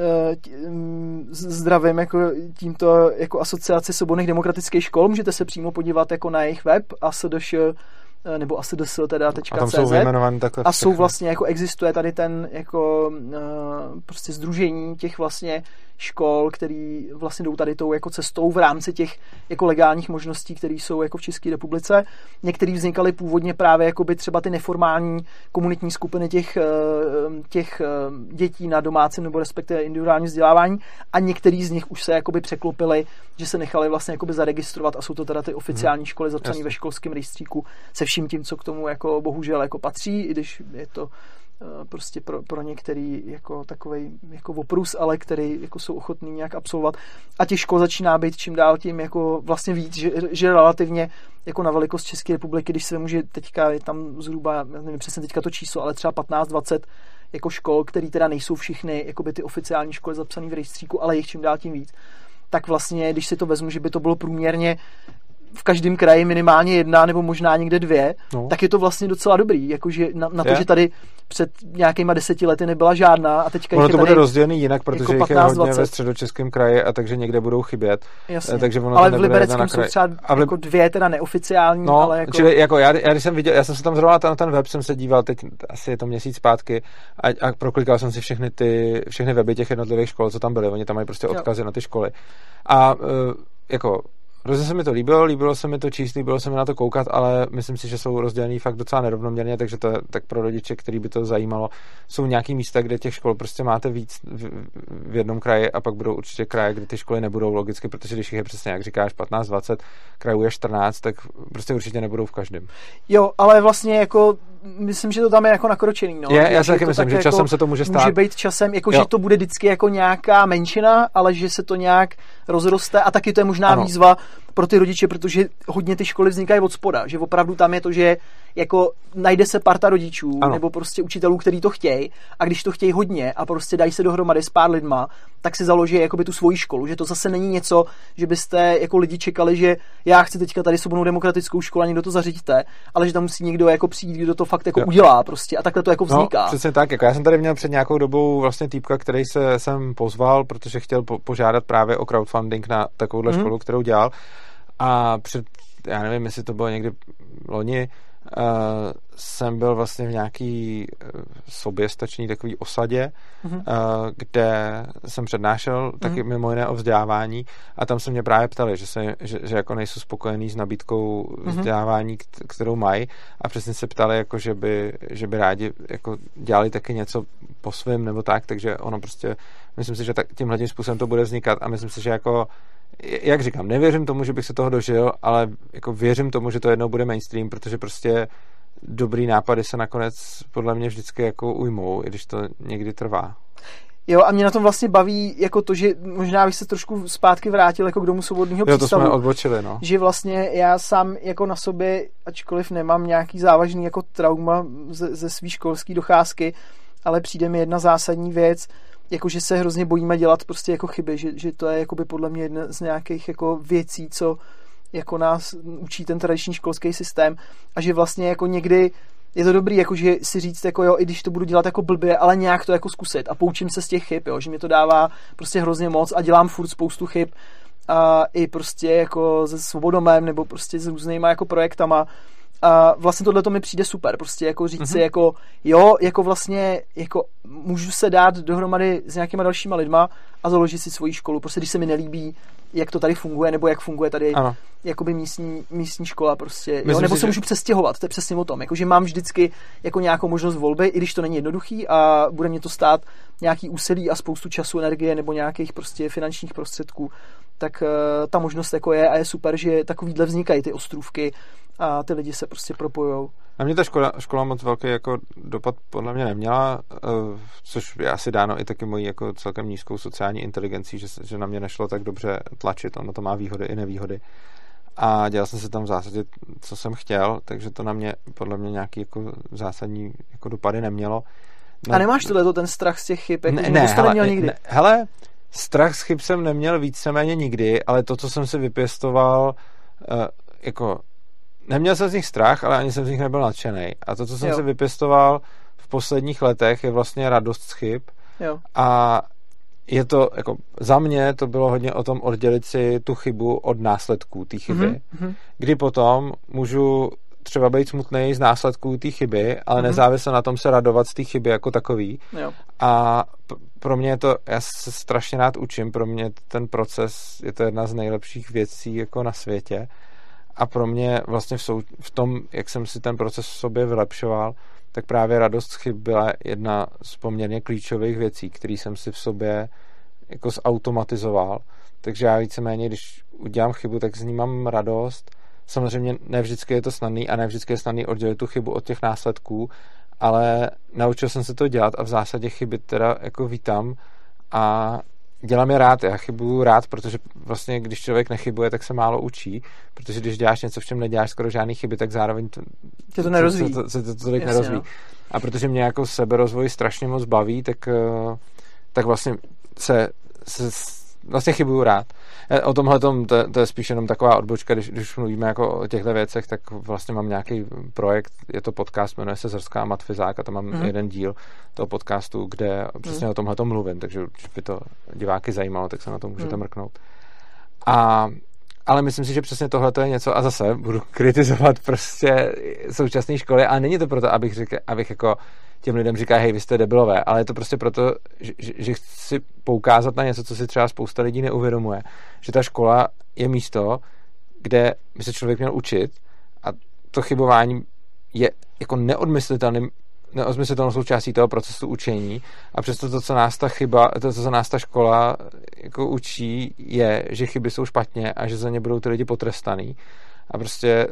zdravím jako tímto jako asociaci svobodných demokratických škol, můžete se přímo podívat jako na jejich web asdš nebo ASDS teda .cz a jsou vlastně jako existuje tady ten jako prostě sdružení těch vlastně škol, který vlastně jdou tady tou jako cestou v rámci těch jako legálních možností, které jsou jako v České republice. Některý vznikaly původně právě jako by třeba ty neformální komunitní skupiny těch dětí na domácím nebo respektive individuální vzdělávání a některý z nich už se jakoby překlopili, že se nechali vlastně jakoby zaregistrovat a jsou to teda ty oficiální školy zapsané ve školském rejstříku se vším tím, co k tomu jako bohužel jako patří, i když je to prostě pro některý jako takovej jako oprus, ale který jako jsou ochotní nějak absolvovat. A těch škol začíná být čím dál tím jako vlastně víc, že relativně jako na velikost České republiky, když se vemu, že teďka je tam zhruba, nevím přesně teďka to číslo, ale třeba 15-20 jako škol, které teda nejsou všichni jakoby ty oficiální školy zapsané v rejstříku, ale jich čím dál tím víc. Tak vlastně, když si to vezmu, že by to bylo průměrně v každém kraji minimálně jedna nebo možná někde dvě, tak je to vlastně docela dobrý. Jakože na to, že tady před nějakýma 10 lety nebyla žádná a teďka ono to bude tady rozdělený jinak, protože jako jich je hodně ve Středočeském kraji a takže někde budou chybět. Jasně. Takže ono ale v Libereckém jsou třeba jako dvě teda neoficiální, ale jako... Čili jako já když jsem viděl, já jsem se tam zrovna na ten web jsem se díval, teď asi je to měsíc zpátky a proklikal jsem si všechny weby těch jednotlivých škol, co tam byly. Oni tam mají prostě odkazy na ty školy. A jako hrozně se mi to líbilo se mi to číst, líbilo se mi na to koukat, ale myslím si, že jsou rozdělený fakt docela nerovnoměrně, takže to tak pro rodiče, který by to zajímalo, jsou nějaký místa, kde těch škol prostě máte víc v jednom kraji a pak budou určitě kraje, kde ty školy nebudou logicky, protože když jich je přesně, jak říkáš, 15, 20, krajů je 14, tak prostě určitě nebudou v každém. Jo, ale vlastně jako myslím, že to tam je jako nakročený. No. Já si taky myslím, že časem se to může stát. Může být časem, jako že to bude vždycky jako nějaká menšina, ale že se to nějak rozroste a taky to je možná výzva pro ty rodiče, protože hodně ty školy vznikají od spoda, že opravdu tam je to, že jako najde se parta rodičů nebo prostě učitelů, kteří to chtějí a když to chtějí hodně a prostě dají se dohromady s pár lidma, tak si založí jakoby tu svoji školu, že to zase není něco, že byste jako lidi čekali, že já chci teďka tady svobodnou demokratickou školu a někdo to zařídíte, ale že tam musí někdo jako přijít, kdo to fakt jako udělá prostě a takhle to jako vzniká. No, přesně tak, jako já jsem tady měl před nějakou dobou vlastně týpka, který jsem pozval, protože chtěl požádat právě o crowdfunding na takovouhle školu, kterou dělal. A já nevím, jestli to bylo někdy loni, jsem byl vlastně v nějaký soběstačný takový osadě, kde jsem přednášel taky mimo jiné o vzdělávání a tam se mě právě ptali, že jako nejsou spokojení s nabídkou vzdělávání, kterou mají a přesně se ptali, jako že by rádi jako dělali taky něco po svém nebo tak, takže ono prostě, myslím si, že tímhletím způsobem to bude vznikat a myslím si, že jako jak říkám, nevěřím tomu, že bych se toho dožil, ale jako věřím tomu, že to jednou bude mainstream, protože prostě dobrý nápady se nakonec podle mě vždycky jako ujmou, i když to někdy trvá. Jo, a mě na tom vlastně baví jako to, že možná bych se trošku zpátky vrátil jako k Domu svobodného přístavu. To jsme odbočili, no. Že vlastně já sám jako na sobě, ačkoliv nemám nějaký závažný jako trauma ze svý školský docházky, ale přijde mi jedna zásadní věc, jakože se hrozně bojíme dělat prostě jako chyby, že to je jakoby podle mě jedna z nějakých jako věcí, co jako nás učí ten tradiční školský systém a že vlastně jako někdy je to dobrý, jakože si říct jako jo, i když to budu dělat jako blbě, ale nějak to jako zkusit a poučím se z těch chyb, jo, že mi to dává prostě hrozně moc a dělám furt spoustu chyb a i prostě jako se Svobodomem nebo prostě s různýma jako projektama. A vlastně tohleto mi přijde super, prostě jako říct si jako jo, jako vlastně jako můžu se dát dohromady s nějakýma dalšíma lidma a založit si svoji školu, prostě když se mi nelíbí, jak to tady funguje, nebo jak funguje tady jakoby místní škola prostě, jo, nebo se můžu přestěhovat, to je přesně o tom, jakože mám vždycky jako nějakou možnost volby, i když to není jednoduchý a bude mě to stát nějaký úsilí a spoustu času, energie nebo nějakých prostě finančních prostředků, tak ta možnost jako je a je super, že takovýhle vznikají ty ostrůvky a ty lidi se prostě propojujou. Na mě ta škola moc velký jako dopad podle mě neměla, což je asi dáno i taky mojí jako celkem nízkou sociální inteligencí, že na mě nešlo tak dobře tlačit, ono to má výhody i nevýhody. A dělal jsem si tam v zásadě, co jsem chtěl, takže to na mě podle mě nějaký jako zásadní jako dopady nemělo. No, a nemáš tohleto ten strach z těch chyb? Jako neměl nikdy? Hele, strach z chyb jsem neměl víceméně nikdy, ale to, co jsem si vypěstoval, jako neměl jsem z nich strach, ale ani jsem z nich nebyl nadšenej. A to, co jsem si vypěstoval v posledních letech, je vlastně radost z chyb. Jo. A je to, jako za mě to bylo hodně o tom oddělit si tu chybu od následků té chyby. Kdy potom můžu třeba být smutnej z následků té chyby, ale nezávisle na tom se radovat z té chyby jako takový. Jo. A pro mě je to, já se strašně rád učím, pro mě ten proces je to jedna z nejlepších věcí jako na světě. A pro mě vlastně v tom, jak jsem si ten proces v sobě vylepšoval, tak právě radost z chyb byla jedna z poměrně klíčových věcí, které jsem si v sobě jako zautomatizoval. Takže já víceméně, když udělám chybu, tak z ní mám radost. Samozřejmě ne vždycky je to snadný a ne vždycky je snadný oddělit tu chybu od těch následků, ale naučil jsem se to dělat a v zásadě chyby teda jako vítám a dělám je rád, já chybuju rád, protože vlastně když člověk nechybuje, tak se málo učí, protože když děláš něco, v čem neděláš skoro žádný chyby, tak zároveň tě to nerozvíjí. Se to tolik nerozvíjí. No. A protože mě jako seberozvoj strašně moc baví, tak vlastně se vlastně chybuju rád. O tomhletom, to je spíš jenom taková odbočka, když mluvíme jako o těchto věcech, tak vlastně mám nějaký projekt, je to podcast, jmenuje se Zrská matfizák a tam mám jeden díl toho podcastu, kde přesně o tomhletom mluvím, takže když by to diváky zajímalo, tak se na to můžete mrknout. Ale myslím si, že přesně tohle je něco, a zase budu kritizovat prostě současné školy, a není to proto, abych jako těm lidem říkal, hej, vy jste debilové, ale je to prostě proto, že chci poukázat na něco, co si třeba spousta lidí neuvědomuje, že ta škola je místo, kde by se člověk měl učit, a to chybování je jako neodmyslitelnou součástí toho procesu učení, a přesto to, co nás ta škola jako učí, je, že chyby jsou špatně a že za ně budou ty lidi potrestaný. A prostě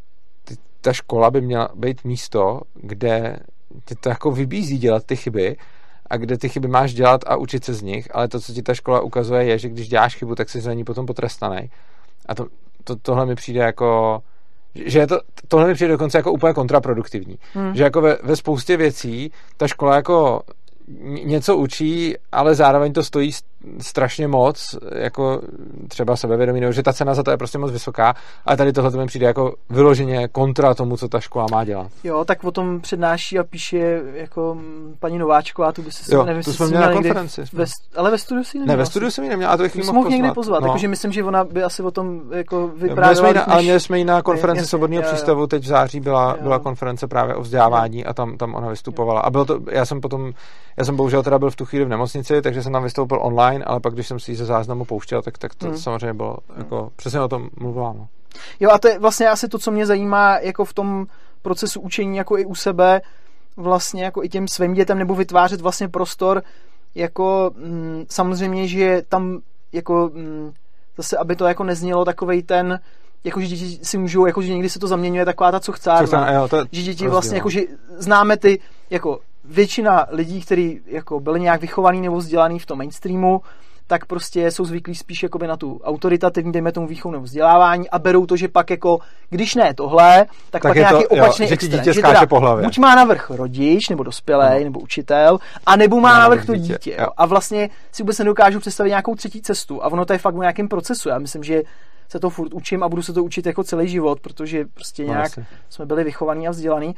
ta škola by měla být místo, kde tě to jako vybízí dělat ty chyby a kde ty chyby máš dělat a učit se z nich, ale to, co ti ta škola ukazuje, je, že když děláš chybu, tak jsi za ní potom potrestaný. A tohle mi přijde jako že tohle mi přijde dokonce jako úplně kontraproduktivní. Že jako ve spoustě věcí ta škola jako něco učí, ale zároveň to stojí strašně moc, jako třeba sebevědomí, nebo že ta cena za to je prostě moc vysoká, ale tady tohle mi přijde jako vyloženě kontra tomu, co ta škola má dělat. Jo, tak o tom přednáší a píše jako paní Nováčková, tu by se nevím, tu jsme měli na konferenci. Ale ve studiu si neměl. Ne, ve studiu jsem ji neměl, a to bych mohl někdy pozvat, no. Takže myslím, že ona by asi o tom jako vyprávěla. Ale měli jsme ji na konferenci Svobodného přístavu, teď v září byla konference právě o vzdělávání a tam ona vystupovala. A bylo to, já jsem bohužel teda byl v tu chvíli v nemocnici, takže jsem tam vystoupil online, ale pak když jsem si ji ze záznamu pouštěl, tak to samozřejmě bylo jako přesně o tom mluvila. No. Jo, a to je vlastně asi to, co mě zajímá jako v tom procesu učení, jako i u sebe, vlastně jako i těm svým dětem, nebo vytvářet vlastně prostor, jako samozřejmě, že tam jako zase, aby to jako neznělo takovej ten, jako že děti si můžou, jako že někdy se to zaměňuje taková ta cochcárna, že děti vlastně jako, že známe ty, jako většina lidí, kteří jako byli nějak vychovaný nebo vzdělaný v tom mainstreamu, tak prostě jsou zvyklí spíš jakoby na tu autoritativní, dejme tomu výchovu nebo vzdělávání, a berou to, že pak jako, když ne tohle, tak pak nějaký opačný extrém. Že teda buď má navrch rodič, nebo dospělej, nebo učitel, a nebo má navrch to dítě. A vlastně si vůbec nedokážu představit nějakou třetí cestu. A ono to je fakt v nějakém procesu. Já myslím, že se to furt učím a budu se to učit jako celý život, protože prostě nějak jsme byli vychovaní a vzdělaní.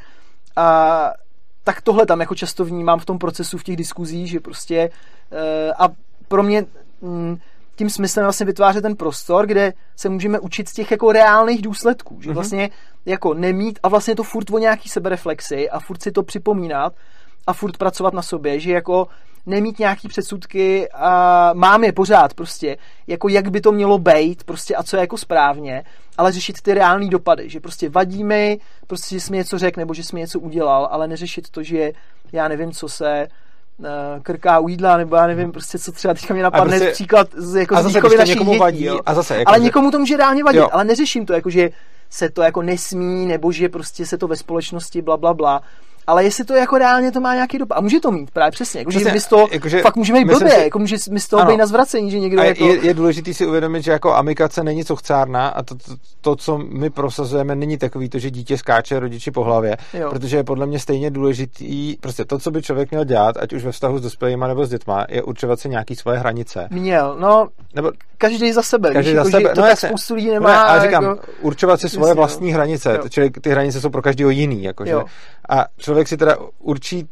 A tak tohle tam jako často vnímám v tom procesu, v těch diskuzích, že prostě a pro mě tím smyslem vlastně vytvářet ten prostor, kde se můžeme učit z těch jako reálných důsledků, že vlastně jako nemít a vlastně to furt o nějaký sebereflexi a furt si to připomínat a furt pracovat na sobě, že jako nemít nějaký předsudky a mám je pořád prostě, jako jak by to mělo být prostě a co je jako správně, ale řešit ty reální dopady, že prostě vadí mi, prostě, že jsi mi něco řekl nebo že jsi mi něco udělal, ale neřešit to, že já nevím, co se krká u jídla, nebo já nevím, prostě co třeba teďka mě napadne prostě, příklad z výchovy našich dětí. Vadí, a zase, jako, ale někomu to může reálně vadit, ale neřeším to, jako že se to jako nesmí, nebo že prostě se to ve společnosti bla, bla, bla. Ale jestli to jako reálně to má nějaký dopad. A může to mít právě přesně. Jakože my z toho fakt můžeme jít blbě. Jako může my z toho být na zvracení, že někdo jako... Je důležitý si uvědomit, že jako amikace není cochcárna a to, co my prosazujeme, není takový to, že dítě skáče rodiči po hlavě. Jo. Protože je podle mě stejně důležitý, prostě to, co by člověk měl dělat, ať už ve vztahu s dospělýma nebo s dětma, je určovat si nějaký svoje hranice. Nebo každý za sebe. Každý za sebe. To tak spoustu lidí nemá. Ale říkám, jako... určovat si svoje vlastní hranice. Čili ty hranice jsou pro každého jiný. Jakože. A člověk si teda určí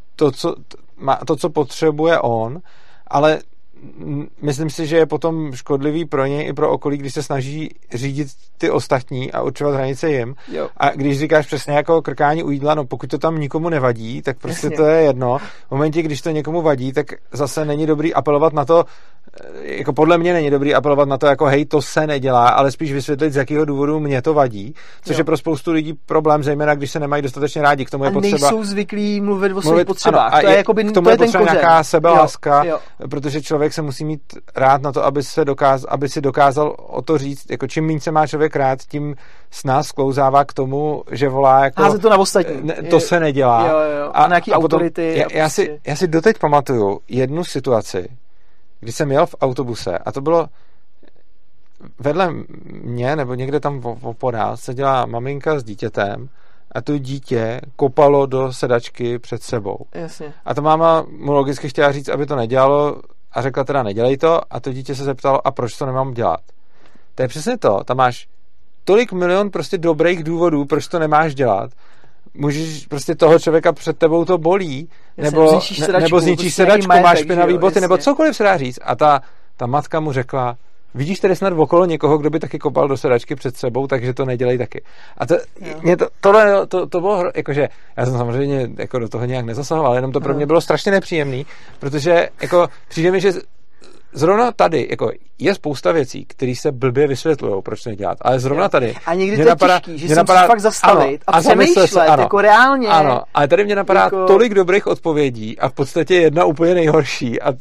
to, co potřebuje on, ale myslím si, že je potom škodlivý pro něj i pro okolí, když se snaží řídit ty ostatní a určovat hranice jim. Jo. A když říkáš přesně jako krkání u jídla, no pokud to tam nikomu nevadí, tak prostě to je jedno. V momentě, když to někomu vadí, tak zase není dobrý apelovat na to, jako podle mě není dobrý apelovat na to, jako hej, to se nedělá, ale spíš vysvětlit, z jakého důvodu mě to vadí, což je pro spoustu lidí problém, zejména když se nemají dostatečně rádi. K tomu je potřeba. Nejsou zvyklí mluvit o svých potřebách. Ano, to je jakoby, k tomu to je potřeba nějaká sebeláska, jo. Protože člověk se musí mít rád na to, aby si dokázal o to říct, jako čím méně se má člověk rád, tím s nás sklouzává k tomu, že volá jako... Házet to na ostatní. To se nedělá. Jo. A nějaký autority. Já si doteď pamatuju jednu situaci, když jsem jel v autobuse a to bylo vedle mě, nebo někde tam opodál, seděla maminka s dítětem a to dítě kopalo do sedačky před sebou. Jasně. A ta máma mu logicky chtěla říct, aby to nedělalo, a řekla teda nedělej to a to dítě se zeptalo, a proč to nemám dělat. To je přesně to, tam máš tolik milion prostě dobrých důvodů, proč to nemáš dělat. Můžeš prostě toho člověka před tebou to bolí, nebo zničíš sedačku, máš špinavý boty, nebo cokoliv se dá říct. A ta matka mu řekla, vidíš tady snad okolo někoho, kdo by taky kopal do sedačky před sebou, takže to nedělej taky. A to bylo, jakože, já jsem samozřejmě jako do toho nějak nezasahoval, jenom to pro mě bylo strašně nepříjemný, protože jako přijde mi, že zrovna tady jako je spousta věcí, které se blbě vysvětlujou, proč to nedělat, ale zrovna tady. A někdy to je těžký, že se musíš fakt zastavit a přemýšlet, jako reálně. Ano, ale tady mě napadá tolik dobrých odpovědí a v podstatě jedna úplně nejhorší a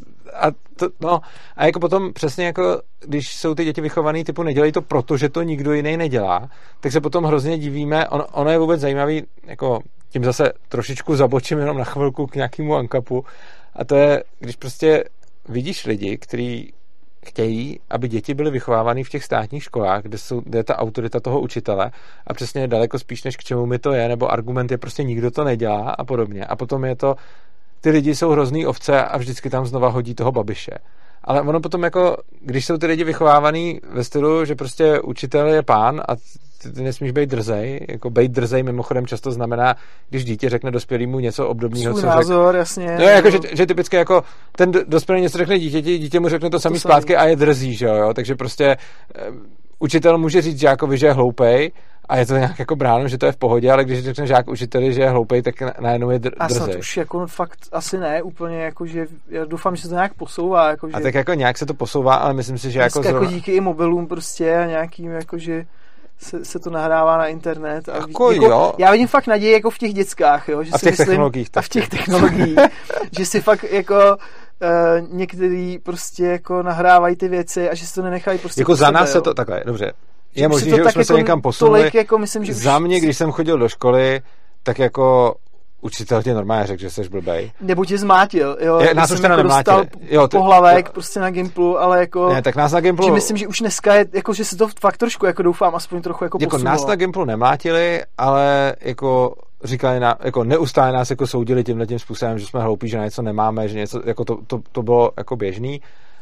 jako potom přesně jako, když jsou ty děti vychovaný typu nedělej to proto, že to nikdo jiný nedělá, tak se potom hrozně divíme, ono je vůbec zajímavý, jako tím zase trošičku zabočím jenom na chvilku k nějakému ankapu a to je, když prostě vidíš lidi, kteří chtějí, aby děti byly vychovávány v těch státních školách, kde je ta autorita toho učitele a přesně daleko spíš, než k čemu mi to je, nebo argument je prostě nikdo to nedělá a podobně. A potom je to, ty lidi jsou hrozný ovce a vždycky tam znova hodí toho Babiše. Ale ono potom jako, když jsou ty lidi vychovávaný ve stylu, že prostě učitel je pán a ty nesmíš být drzej, jako být drzej mimochodem často znamená, když dítě řekne dospělému něco obdobného, co názor, jasně. No, jako, že typicky jako ten dospělý něco řekne dítěti, dítě mu řekne to samý zpátky a je drzí, že jo, takže prostě učitel může říct žákovi, že je hloupej a je to nějak jako bráno, že to je v pohodě, ale když řekne žák učiteli, že je hloupej, tak najednou je drzej. A snad už jako fakt asi ne, úplně jako, že já doufám, že se to nějak posouvá. Jako, že a tak jako nějak se to posouvá, ale myslím si, že jako díky i mobilům prostě a nějakým jako, že se to nahrává na internet. A jo. Já vidím fakt naději jako v těch dětskách, jo, že a v těch technologiích. A v těch technologiích, že si fakt jako některý prostě jako nahrávají ty věci a že si to nenechají prostě jako za nás se to takhle, dobře. Je možný, že už jsme se někam posunuli. Jako myslím, že za mě, když jsem chodil do školy, tak jako učitel tě normálně řekl, že jsi blbej. Nebo tě zmátil, jo. Nás už teda nemátili. Pohlavek prostě na Gimplu, ale jako... Ne, tak nás na Gimplu... Že myslím, že už dneska je, jako, že se to fakt trošku, jako doufám, aspoň trochu jako posunulo. Nás na Gimplu nemlátili, ale jako říkali jako neustále nás jako soudili tímhletím způsobem, že jsme hloupí, že na něco nemáme, že něco, jako to bylo jako běžný.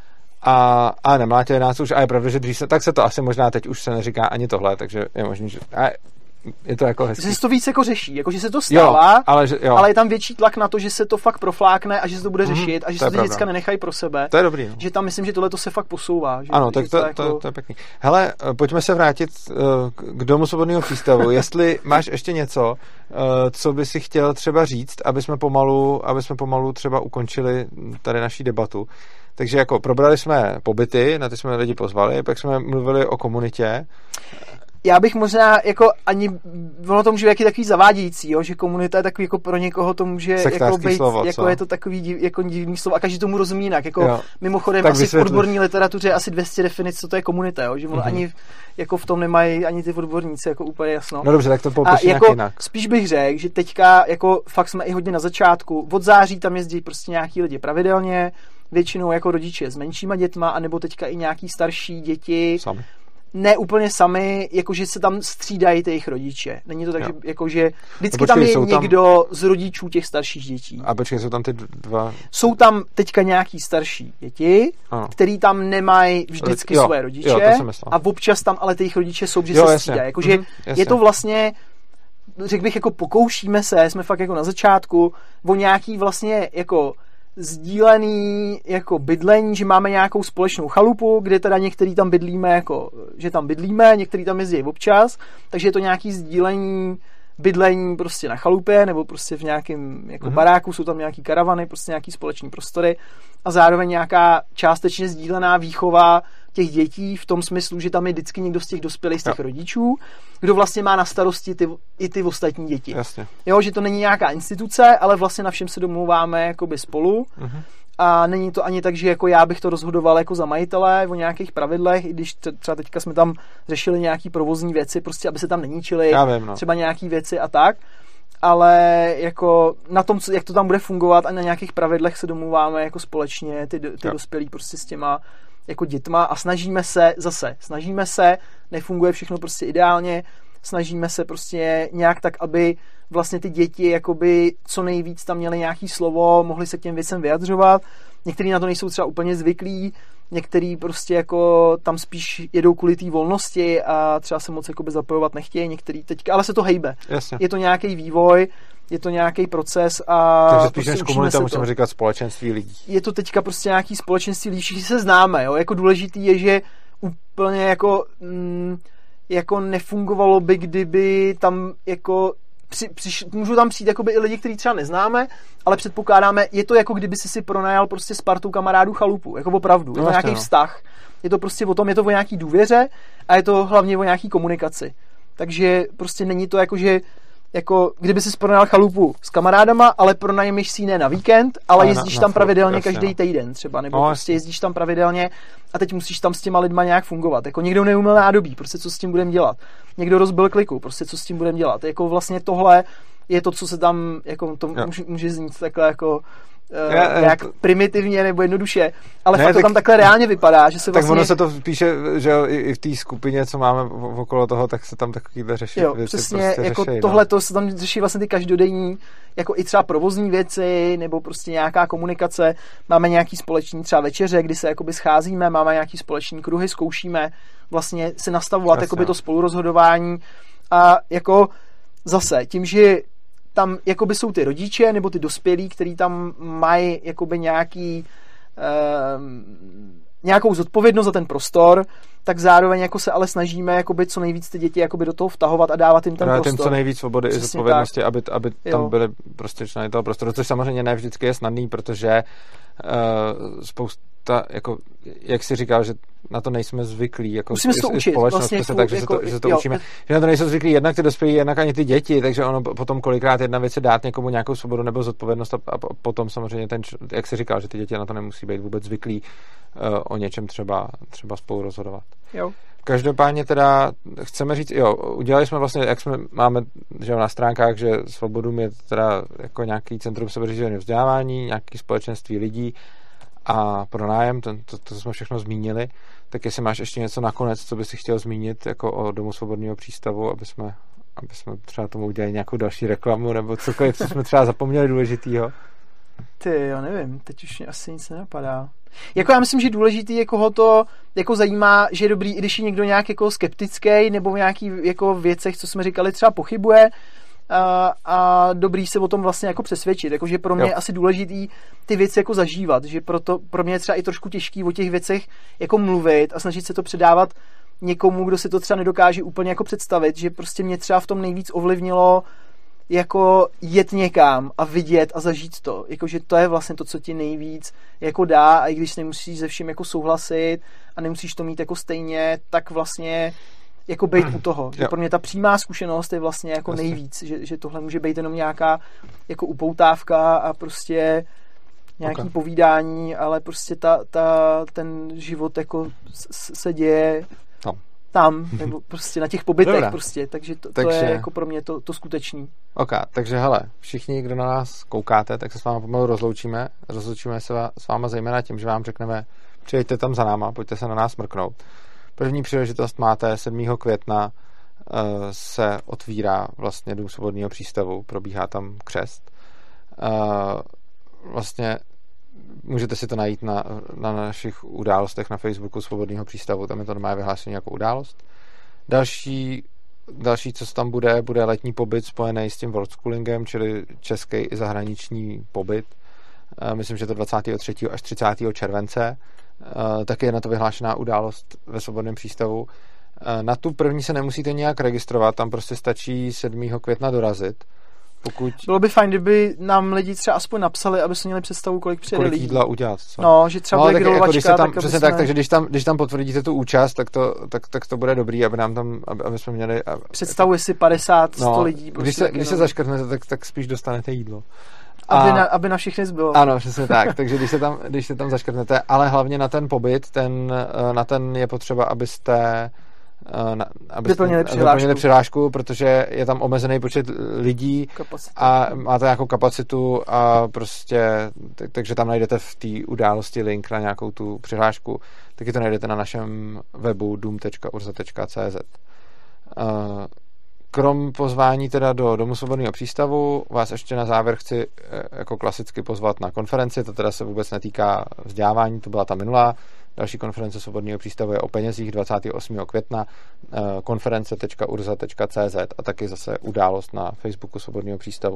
A nemlátili nás už, a je pravda, že dřív tak se to asi možná teď už se neříká ani tohle, takže je možný, že... Je to jako hezký. Že se to víc jako řeší, jako že se to stává, jo, ale je tam větší tlak na to, že se to fakt proflákne a že se to bude řešit a že se to děcka nenechají pro sebe. To je dobrý. No. Že tam myslím, že tohle to se fakt posouvá. Že, ano, tak to je pěkný. Hele, pojďme se vrátit k Domu svobodného přístavu. Jestli máš ještě něco, co by si chtěl třeba říct, aby jsme pomalu třeba ukončili tady naší debatu. Takže jako probrali jsme pobyty, na ty jsme lidi pozvali, pak jsme mluvili o komunitě. Já bych možná, jako ani, ono to může být takový zavádějící, jo, že komunita je takový, jako pro někoho to může jako být, slovo, jako je to takový jako divný slovo a každý tomu rozumí jinak, jako mimochodem tak asi v odborné literatuře je asi 200 definic, co to je komunita, jo, že ono ani jako v tom nemají ani ty odborníci jako úplně jasno. No dobře, tak to popiš nějak jako, jinak. Spíš bych řekl, že teďka jako fakt jsme i hodně na začátku, od září tam jezdí prostě nějaký lidi pravidelně, většinou jako rodiče s menšíma dětma, anebo teďka i nějaký starší děti. Sami. Ne úplně sami, jakože se tam střídají těch rodiče. Není to tak, že, jakože vždycky tam je někdo z rodičů těch starších dětí. A počkej, jsou tam ty dva... Jsou tam teďka nějaký starší děti, který tam nemají vždycky své rodiče a občas tam ale těch rodiče jsou, že se střídají. Jakože je to vlastně, řekl bych, jako pokoušíme se, jsme fakt jako na začátku, o nějaký vlastně jako sdílený jako bydlení, že máme nějakou společnou chalupu, kde teda některý tam bydlíme, jako, že tam bydlíme, některý tam jezdí občas, takže je to nějaký sdílení bydlení prostě na chalupě, nebo prostě v nějakém jako baráku, jsou tam nějaký karavany, prostě nějaký společný prostory a zároveň nějaká částečně sdílená výchova těch dětí v tom smyslu, že tam je vždycky někdo z těch dospělých, z těch rodičů, kdo vlastně má na starosti i ty ostatní děti. Jasně. Jo, že to není nějaká instituce, ale vlastně na všem se domlouváme jakoby spolu. A není to ani tak, že jako já bych to rozhodoval jako za majitele o nějakých pravidlech, i když třeba teďka jsme tam řešili nějaký provozní věci, prostě aby se tam neníčily, třeba nějaký věci a tak. Ale jako na tom, jak to tam bude fungovat a na nějakých pravidlech se domluváme jako společně ty dospělí prostě s těma jako dětma a snažíme se, nefunguje všechno prostě ideálně, snažíme se prostě nějak tak, aby vlastně ty děti jakoby co nejvíc tam měly nějaký slovo, mohli se k těm věcem vyjadřovat. Někteří na to nejsou třeba úplně zvyklí, někteří prostě jako tam spíš jedou kvůli té volnosti a třeba se moc jakoby zapojovat nechtějí, některý teďka, ale se to hejbe. Jasně. Je to nějaký vývoj, je to nějaký proces a takže spíš prostě než komunita můžeme říkat společenství lidí. Je to teďka prostě nějaký společenství lidí, všichni se známe, jo? Jako důležitý je, že úplně jako nefungovalo by, kdyby tam jako můžou tam přijít jakoby i lidi, kteří třeba neznáme, ale předpokládáme, je to jako kdyby si pronajal prostě s partou kamarádů chalupu, jako opravdu, je to nějaký vztah, je to prostě o tom, je to o nějaký důvěře a je to hlavně o nějaký komunikaci. Takže prostě není to jako, že jako kdyby si pronajal chalupu s kamarádama, ale pronajmeš si ji ne na víkend, ale jezdíš tam pravidelně každý týden třeba, nebo prostě jezdíš tam pravidelně a teď musíš tam s těma lidma nějak fungovat. Jako někdo neuměl nádobí, prostě co s tím budeme dělat. Někdo rozbil kliku, prostě co s tím budeme dělat. Jako vlastně tohle je to, co se tam, jako to může znít takhle jako nějak primitivně nebo jednoduše, ale fakt to tam takhle reálně vypadá, že se tak vlastně... ono se to píše, že i v té skupině, co máme okolo toho, tak se tam takovýhle řeší věci. Přesně, prostě jako řešej, tohle to se tam řeší vlastně ty každodenní, jako i třeba provozní věci, nebo prostě nějaká komunikace. Máme nějaký společný třeba večeře, kdy se jakoby scházíme, máme nějaký společný kruhy, zkoušíme vlastně se nastavovat jakoby to spolurozhodování a jako zase tím, že tam jakoby jsou ty rodiče nebo ty dospělí, kteří tam mají jakoby nějakou zodpovědnost za ten prostor, tak zároveň jako se ale snažíme jakoby co nejvíc ty děti jakoby do toho vtahovat a dávat jim ten prostor. Co nejvíc svobody i zodpovědnosti, aby tam byly prostě členy toho prostoru, což samozřejmě ne vždycky je snadný, protože spousta, jako, jak jsi říkal, že na to nejsme zvyklí, jako musíme se to učit, společnost, vlastně tak, že se to učíme. Že na to nejsou zvyklí jednak ty dospělí, jednak ani ty děti, takže ono potom kolikrát jedna věc je dát někomu nějakou svobodu nebo zodpovědnost a potom samozřejmě ten, jak jsi říkal, že ty děti na to nemusí být vůbec zvyklí o něčem třeba spolu rozhodovat. Jo. Každopádně teda chceme říct, udělali jsme vlastně, jak jsme máme, že na stránkách, že Svobodům je teda jako nějaký centrum sebeřízeného vzdělávání, nějaký společenství lidí a pronájem, to jsme všechno zmínili, tak jestli máš ještě něco nakonec, co by si chtěl zmínit jako o Domu svobodného přístavu, aby jsme třeba tomu udělali nějakou další reklamu, nebo cokoliv, co jsme třeba zapomněli důležitýho. Já nevím, teď už mě asi nic nenapadá. Jako já myslím, že důležitý je, koho to jako zajímá, že je dobrý, i když je někdo nějak jako skeptický nebo v nějakých jako věcech, co jsme říkali, třeba pochybuje a dobrý se o tom vlastně jako přesvědčit. Jakože pro mě je asi důležitý ty věci jako zažívat, že pro mě je třeba i trošku těžký o těch věcech jako mluvit a snažit se to předávat někomu, kdo si to třeba nedokáže úplně jako představit, že prostě mě třeba v tom nejvíc ovlivnilo jako jet někam a vidět a zažít to. Jakože to je vlastně to, co ti nejvíc jako dá a i když nemusíš se vším jako souhlasit a nemusíš to mít jako stejně, tak vlastně jako bejt u toho. Že pro mě ta přímá zkušenost je vlastně jako nejvíc, že tohle může být jenom nějaká jako upoutávka a prostě nějaký povídání, ale prostě ten život jako se děje tam, nebo prostě na těch pobytech prostě, takže to je jako pro mě to skutečný. Ok, takže hele, všichni, kdo na nás koukáte, tak se s váma pomalu rozloučíme se s váma zejména tím, že vám řekneme, přijďte tam za náma, pojďte se na nás mrknout. První příležitost máte 7. května se otvírá vlastně Dům svobodného přístavu, probíhá tam křest. Vlastně můžete si to najít na našich událostech na Facebooku Svobodného přístavu, tam je to normálně vyhlášení jako událost. Další, co tam bude letní pobyt spojený s tím world schoolingem, čili český i zahraniční pobyt. Myslím, že to 23. až 30. července. Taky je na to vyhlášená událost ve Svobodném přístavu. Na tu první se nemusíte nějak registrovat, tam prostě stačí 7. května dorazit. Bylo by fajn, kdyby nám lidi třeba aspoň napsali, aby si měli představu, kolik přijede lidí. Kolik jídla udělat, co? No, že třeba bude grilovačka, jako přesně tak, takže když tam potvrdíte tu účast, tak to bude dobrý, aby jsme měli... Představu, jestli 50-100 lidí. Prostě když se zaškrtnete, tak spíš dostanete jídlo. Aby na všechny zbylo. Ano, přesně tak, takže když se tam zaškrtnete, ale hlavně na ten pobyt, na ten je potřeba, abyste vyplnili přihlášku, protože je tam omezený počet lidí a máte nějakou kapacitu a prostě, takže tam najdete v té události link na nějakou tu přihlášku, taky to najdete na našem webu doom.urza.cz. Krom pozvání teda do Domu svobodného přístavu vás ještě na závěr chci jako klasicky pozvat na konferenci, to teda se vůbec netýká vzdělávání, to byla ta minulá. Další konference svobodného přístavu je o penězích 28. května, konference.urza.cz a taky zase událost na Facebooku svobodného přístavu.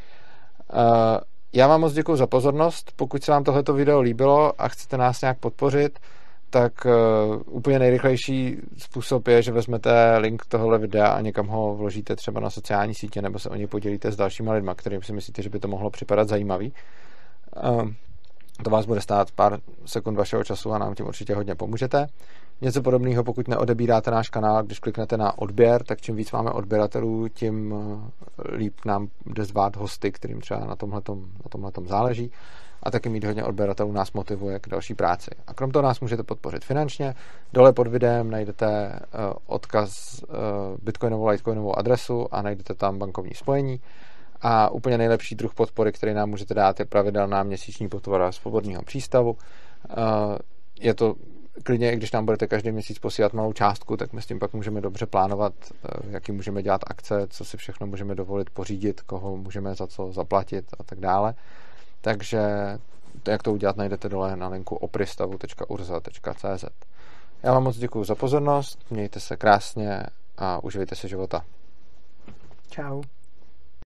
Já vám moc děkuji za pozornost. Pokud se vám tohleto video líbilo a chcete nás nějak podpořit, tak úplně nejrychlejší způsob je, že vezmete link tohohle videa a někam ho vložíte třeba na sociální sítě nebo se o ně podělíte s dalšíma lidma, kterým si myslíte, že by to mohlo připadat zajímavý. To vás bude stát pár sekund vašeho času a nám tím určitě hodně pomůžete. Něco podobného, pokud neodebíráte náš kanál, když kliknete na odběr, tak čím víc máme odběratelů, tím líp nám jde zvát hosty, kterým třeba na tomhletom záleží. A taky mít hodně odběratelů nás motivuje k další práci. A krom toho nás můžete podpořit finančně. Dole pod videem najdete odkaz bitcoinovou, litecoinovou adresu a najdete tam bankovní spojení. A úplně nejlepší druh podpory, který nám můžete dát, je pravidelná měsíční podpora svobodného přístavu. Je to klidně, když nám budete každý měsíc posílat malou částku, tak my s tím pak můžeme dobře plánovat, jaký můžeme dělat akce, co si všechno můžeme dovolit pořídit, koho můžeme za co zaplatit a tak dále. Takže jak to udělat, najdete dole na linku opristavu.urza.cz. Já vám moc děkuji za pozornost, mějte se krásně a užijte se života. Čau.